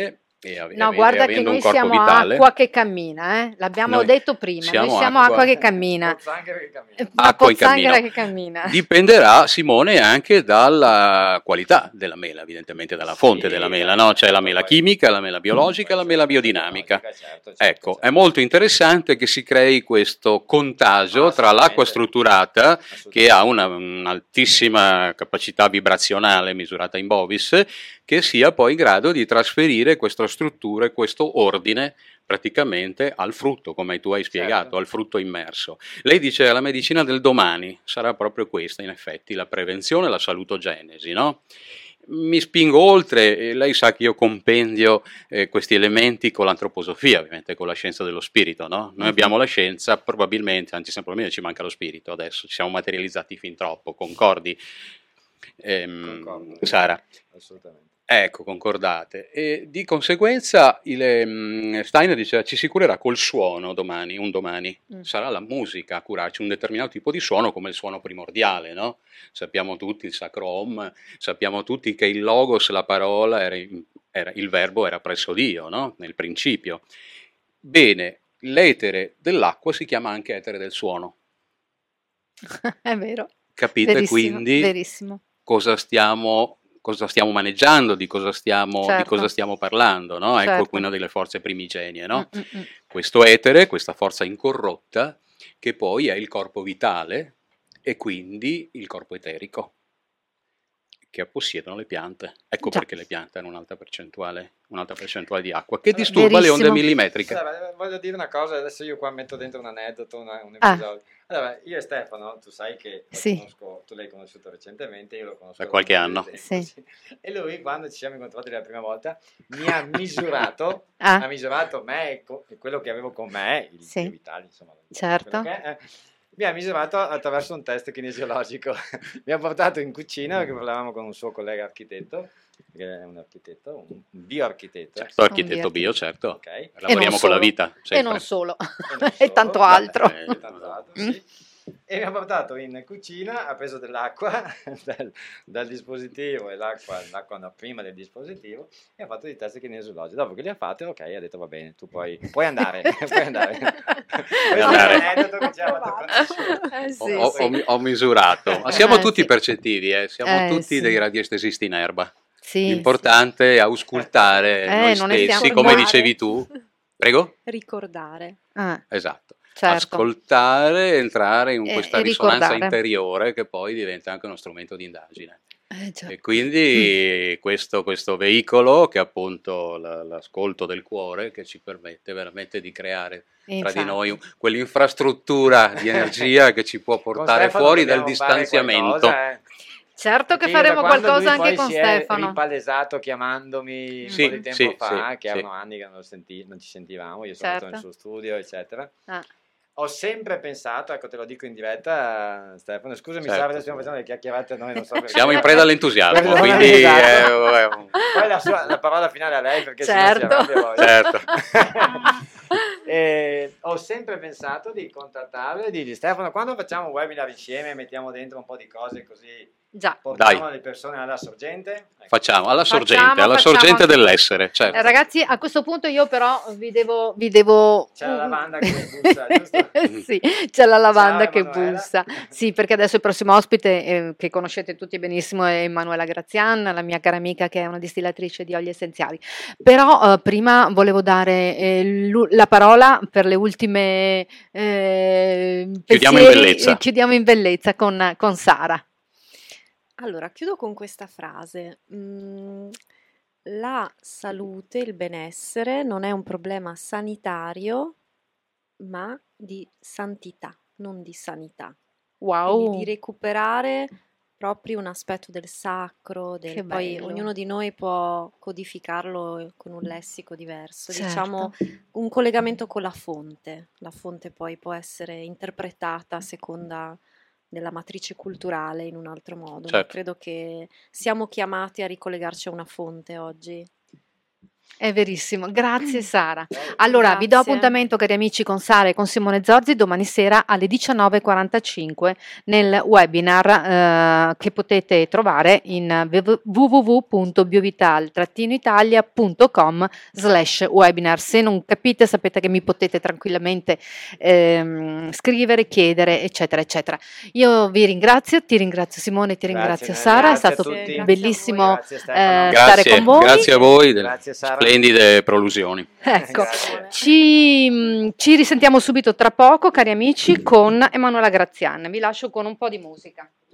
E ave- No, ave- guarda che avendo un noi corpo siamo vitale, acqua che cammina, eh? L'abbiamo noi detto prima, noi siamo siamo acqua, acqua che cammina, Pozzanghera che cammina. eh, ma acqua in pozzanghera cammino. che cammina. Dipenderà, Simone, anche dalla qualità della mela, evidentemente dalla fonte della Sì, mela, beh, no? C'è la certo, mela poi chimica, la mela biologica e poi la c'è mela la biodinamica. biologica, certo, certo, Ecco, è certo. molto interessante che si crei questo contagio tra l'acqua Assolutamente, strutturata, che ha assolutamente. una, un'altissima capacità vibrazionale misurata in bovis, che sia poi in grado di trasferire questa struttura e questo ordine praticamente al frutto, come tu hai spiegato, Certo. al frutto immerso. Lei dice la medicina del domani sarà proprio questa, in effetti, la prevenzione e la salutogenesi, no? Mi spingo oltre, e lei sa che io compendio eh, questi elementi con l'antroposofia, ovviamente con la scienza dello spirito, no? Noi Mhm. abbiamo la scienza, probabilmente, anzi probabilmente ci manca lo spirito adesso, ci siamo materializzati fin troppo, concordi? Ehm, Concordo, Sara? assolutamente. Ecco, concordate. E di conseguenza il, ehm, Steiner diceva ci si curerà col suono domani, un domani. Mm. Sarà la musica a curarci un determinato tipo di suono come il suono primordiale, no? Sappiamo tutti il sacro om, sappiamo tutti che il logos, la parola, era, in- era- il verbo era presso Dio, no? Nel principio. Bene, l'etere dell'acqua si chiama anche etere del suono. È vero, Capite verissimo, quindi verissimo. cosa stiamo, cosa stiamo maneggiando, di cosa stiamo, di Certo, cosa stiamo parlando, no? Ecco qui certo. una delle forze primigenie, Mm, no? mm, mm. Questo etere, questa forza incorrotta, che poi è il corpo vitale e quindi il corpo eterico che possiedono le piante. Ecco Già, perché le piante hanno un'alta percentuale, un'alta percentuale di acqua, che disturba le onde verissimo. millimetriche. Allora, voglio dire una cosa, adesso io qua metto dentro un aneddoto, una- un Ah, episodio. Allora, io e Stefano, tu sai che lo sì, conosco, tu l'hai conosciuto recentemente, io lo conosco Da da un qualche po' di anno. tempo, sì. sì. E lui, quando ci siamo incontrati la prima volta, mi ha misurato, ha Ah, misurato me e co- e quello che avevo con me, il sì, Dio Vitali, insomma, quello certo. che è, eh, mi ha misurato attraverso un test kinesiologico. Mi ha portato in cucina perché parlavamo con un suo collega architetto, che è un architetto, un bioarchitetto, Certo, Un architetto bio, bioarchitetto. certo. ok? E non Lavoriamo con la solo, vita, e non sempre. solo, E non e tanto solo, altro. Eh, e tanto altro, Mm. sì. E mi ha portato in cucina, ha preso dell'acqua dal, dal dispositivo e l'acqua, l'acqua no, prima del dispositivo e ha fatto dei test kinesiologici. Dopo che li ha fatti, ok, ha detto va bene, tu puoi, puoi andare, puoi andare. Questo è un andare. aneddoto che ci ha fatto conoscere. Eh Ho, sì, ho- sì. ho mi- ho misurato, ma siamo Eh tutti sì, percettivi, eh, siamo eh tutti dei sì, radiestesisti in erba. sì, sì. L'importante è auscultare Eh, noi non ne stiamo... stessi, come non- Ricordare. dicevi tu. Prego? Ricordare. Ah, Esatto. certo, Ascoltare, entrare in e, questa e risonanza ricordare. interiore che poi diventa anche uno strumento di indagine. Eh già. E quindi questo, questo veicolo, che è appunto la- l'ascolto del cuore, che ci permette veramente di creare tra di noi Infatti. un- quell'infrastruttura di energia che ci può Con portare Stefano fuori dal dobbiamo fare distanziamento. qualcosa, eh. Certo Perché che io da faremo quando qualcosa lui anche poi con si è Stefano. ripalesato chiamandomi un po' Sì, di tempo sì, fa, sì, che sì. erano anni che non, lo senti- non ci sentivamo, io sono andato nel Certo. suo studio, eccetera. Ah, Ho sempre pensato, ecco te lo dico in diretta, Stefano, scusami Certo. Sara, stiamo facendo le chiacchierate noi, non so perché. Siamo in preda all'entusiasmo, Perdonami, quindi esatto. eh, eh, Poi la, sua- la parola finale a lei perché sennò certo. si arrabbia poi. certo. E ho sempre pensato di contattarlo e di dire Stefano, quando facciamo un webinar insieme mettiamo dentro un po' di cose così Già. portiamo Dai. le persone alla sorgente? Ecco. Facciamo alla sorgente, Facciamo, alla facciamo sorgente anche- dell'essere, Eh, certo. ragazzi, a questo punto io però vi devo... Vi devo... C'è la lavanda che bussa, giusto? Sì, c'è la lavanda Ciao, che Emanuela. bussa. Sì, perché adesso il prossimo ospite, eh, che conoscete tutti benissimo, è Emanuela Grazian, la mia cara amica che è una distillatrice di oli essenziali. Però eh, prima volevo dare eh, l'u- la parola per le ultime eh, Chiudiamo in pensieri. bellezza. Eh, chiudiamo in bellezza con, con Sara. Allora, chiudo con questa frase. Mm, la salute, il benessere non è un problema sanitario, ma di santità, non di sanità. Quindi Wow, di recuperare proprio un aspetto del sacro, del, che poi bello. ognuno di noi può codificarlo con un lessico diverso, diciamo Certo. un collegamento con la fonte. La fonte poi può essere interpretata a seconda della matrice culturale in un altro modo, ma Certo. credo che siamo chiamati a ricollegarci a una fonte oggi. È verissimo, grazie Sara. Prego. Allora, vi do Grazie. appuntamento, cari amici, con Sara e con Simone Zorzi domani sera alle diciannove e quarantacinque nel webinar eh, che potete trovare in w w w punto biovital italia punto com slash webinar. Se non capite, sapete che mi potete tranquillamente ehm, scrivere, chiedere, eccetera, eccetera. Io vi ringrazio, ti ringrazio Simone, ti ringrazio Nelly, Sara, è grazie a stato tutti. Grazie a bellissimo Grazie Stefano. eh, Grazie, stare con voi. grazie a voi delle Grazie Sara. splendide prolusioni. Ecco, Grazie. ci, mh, ci risentiamo subito tra poco, cari amici, con Emanuela Grazian. Vi lascio con un po' di musica.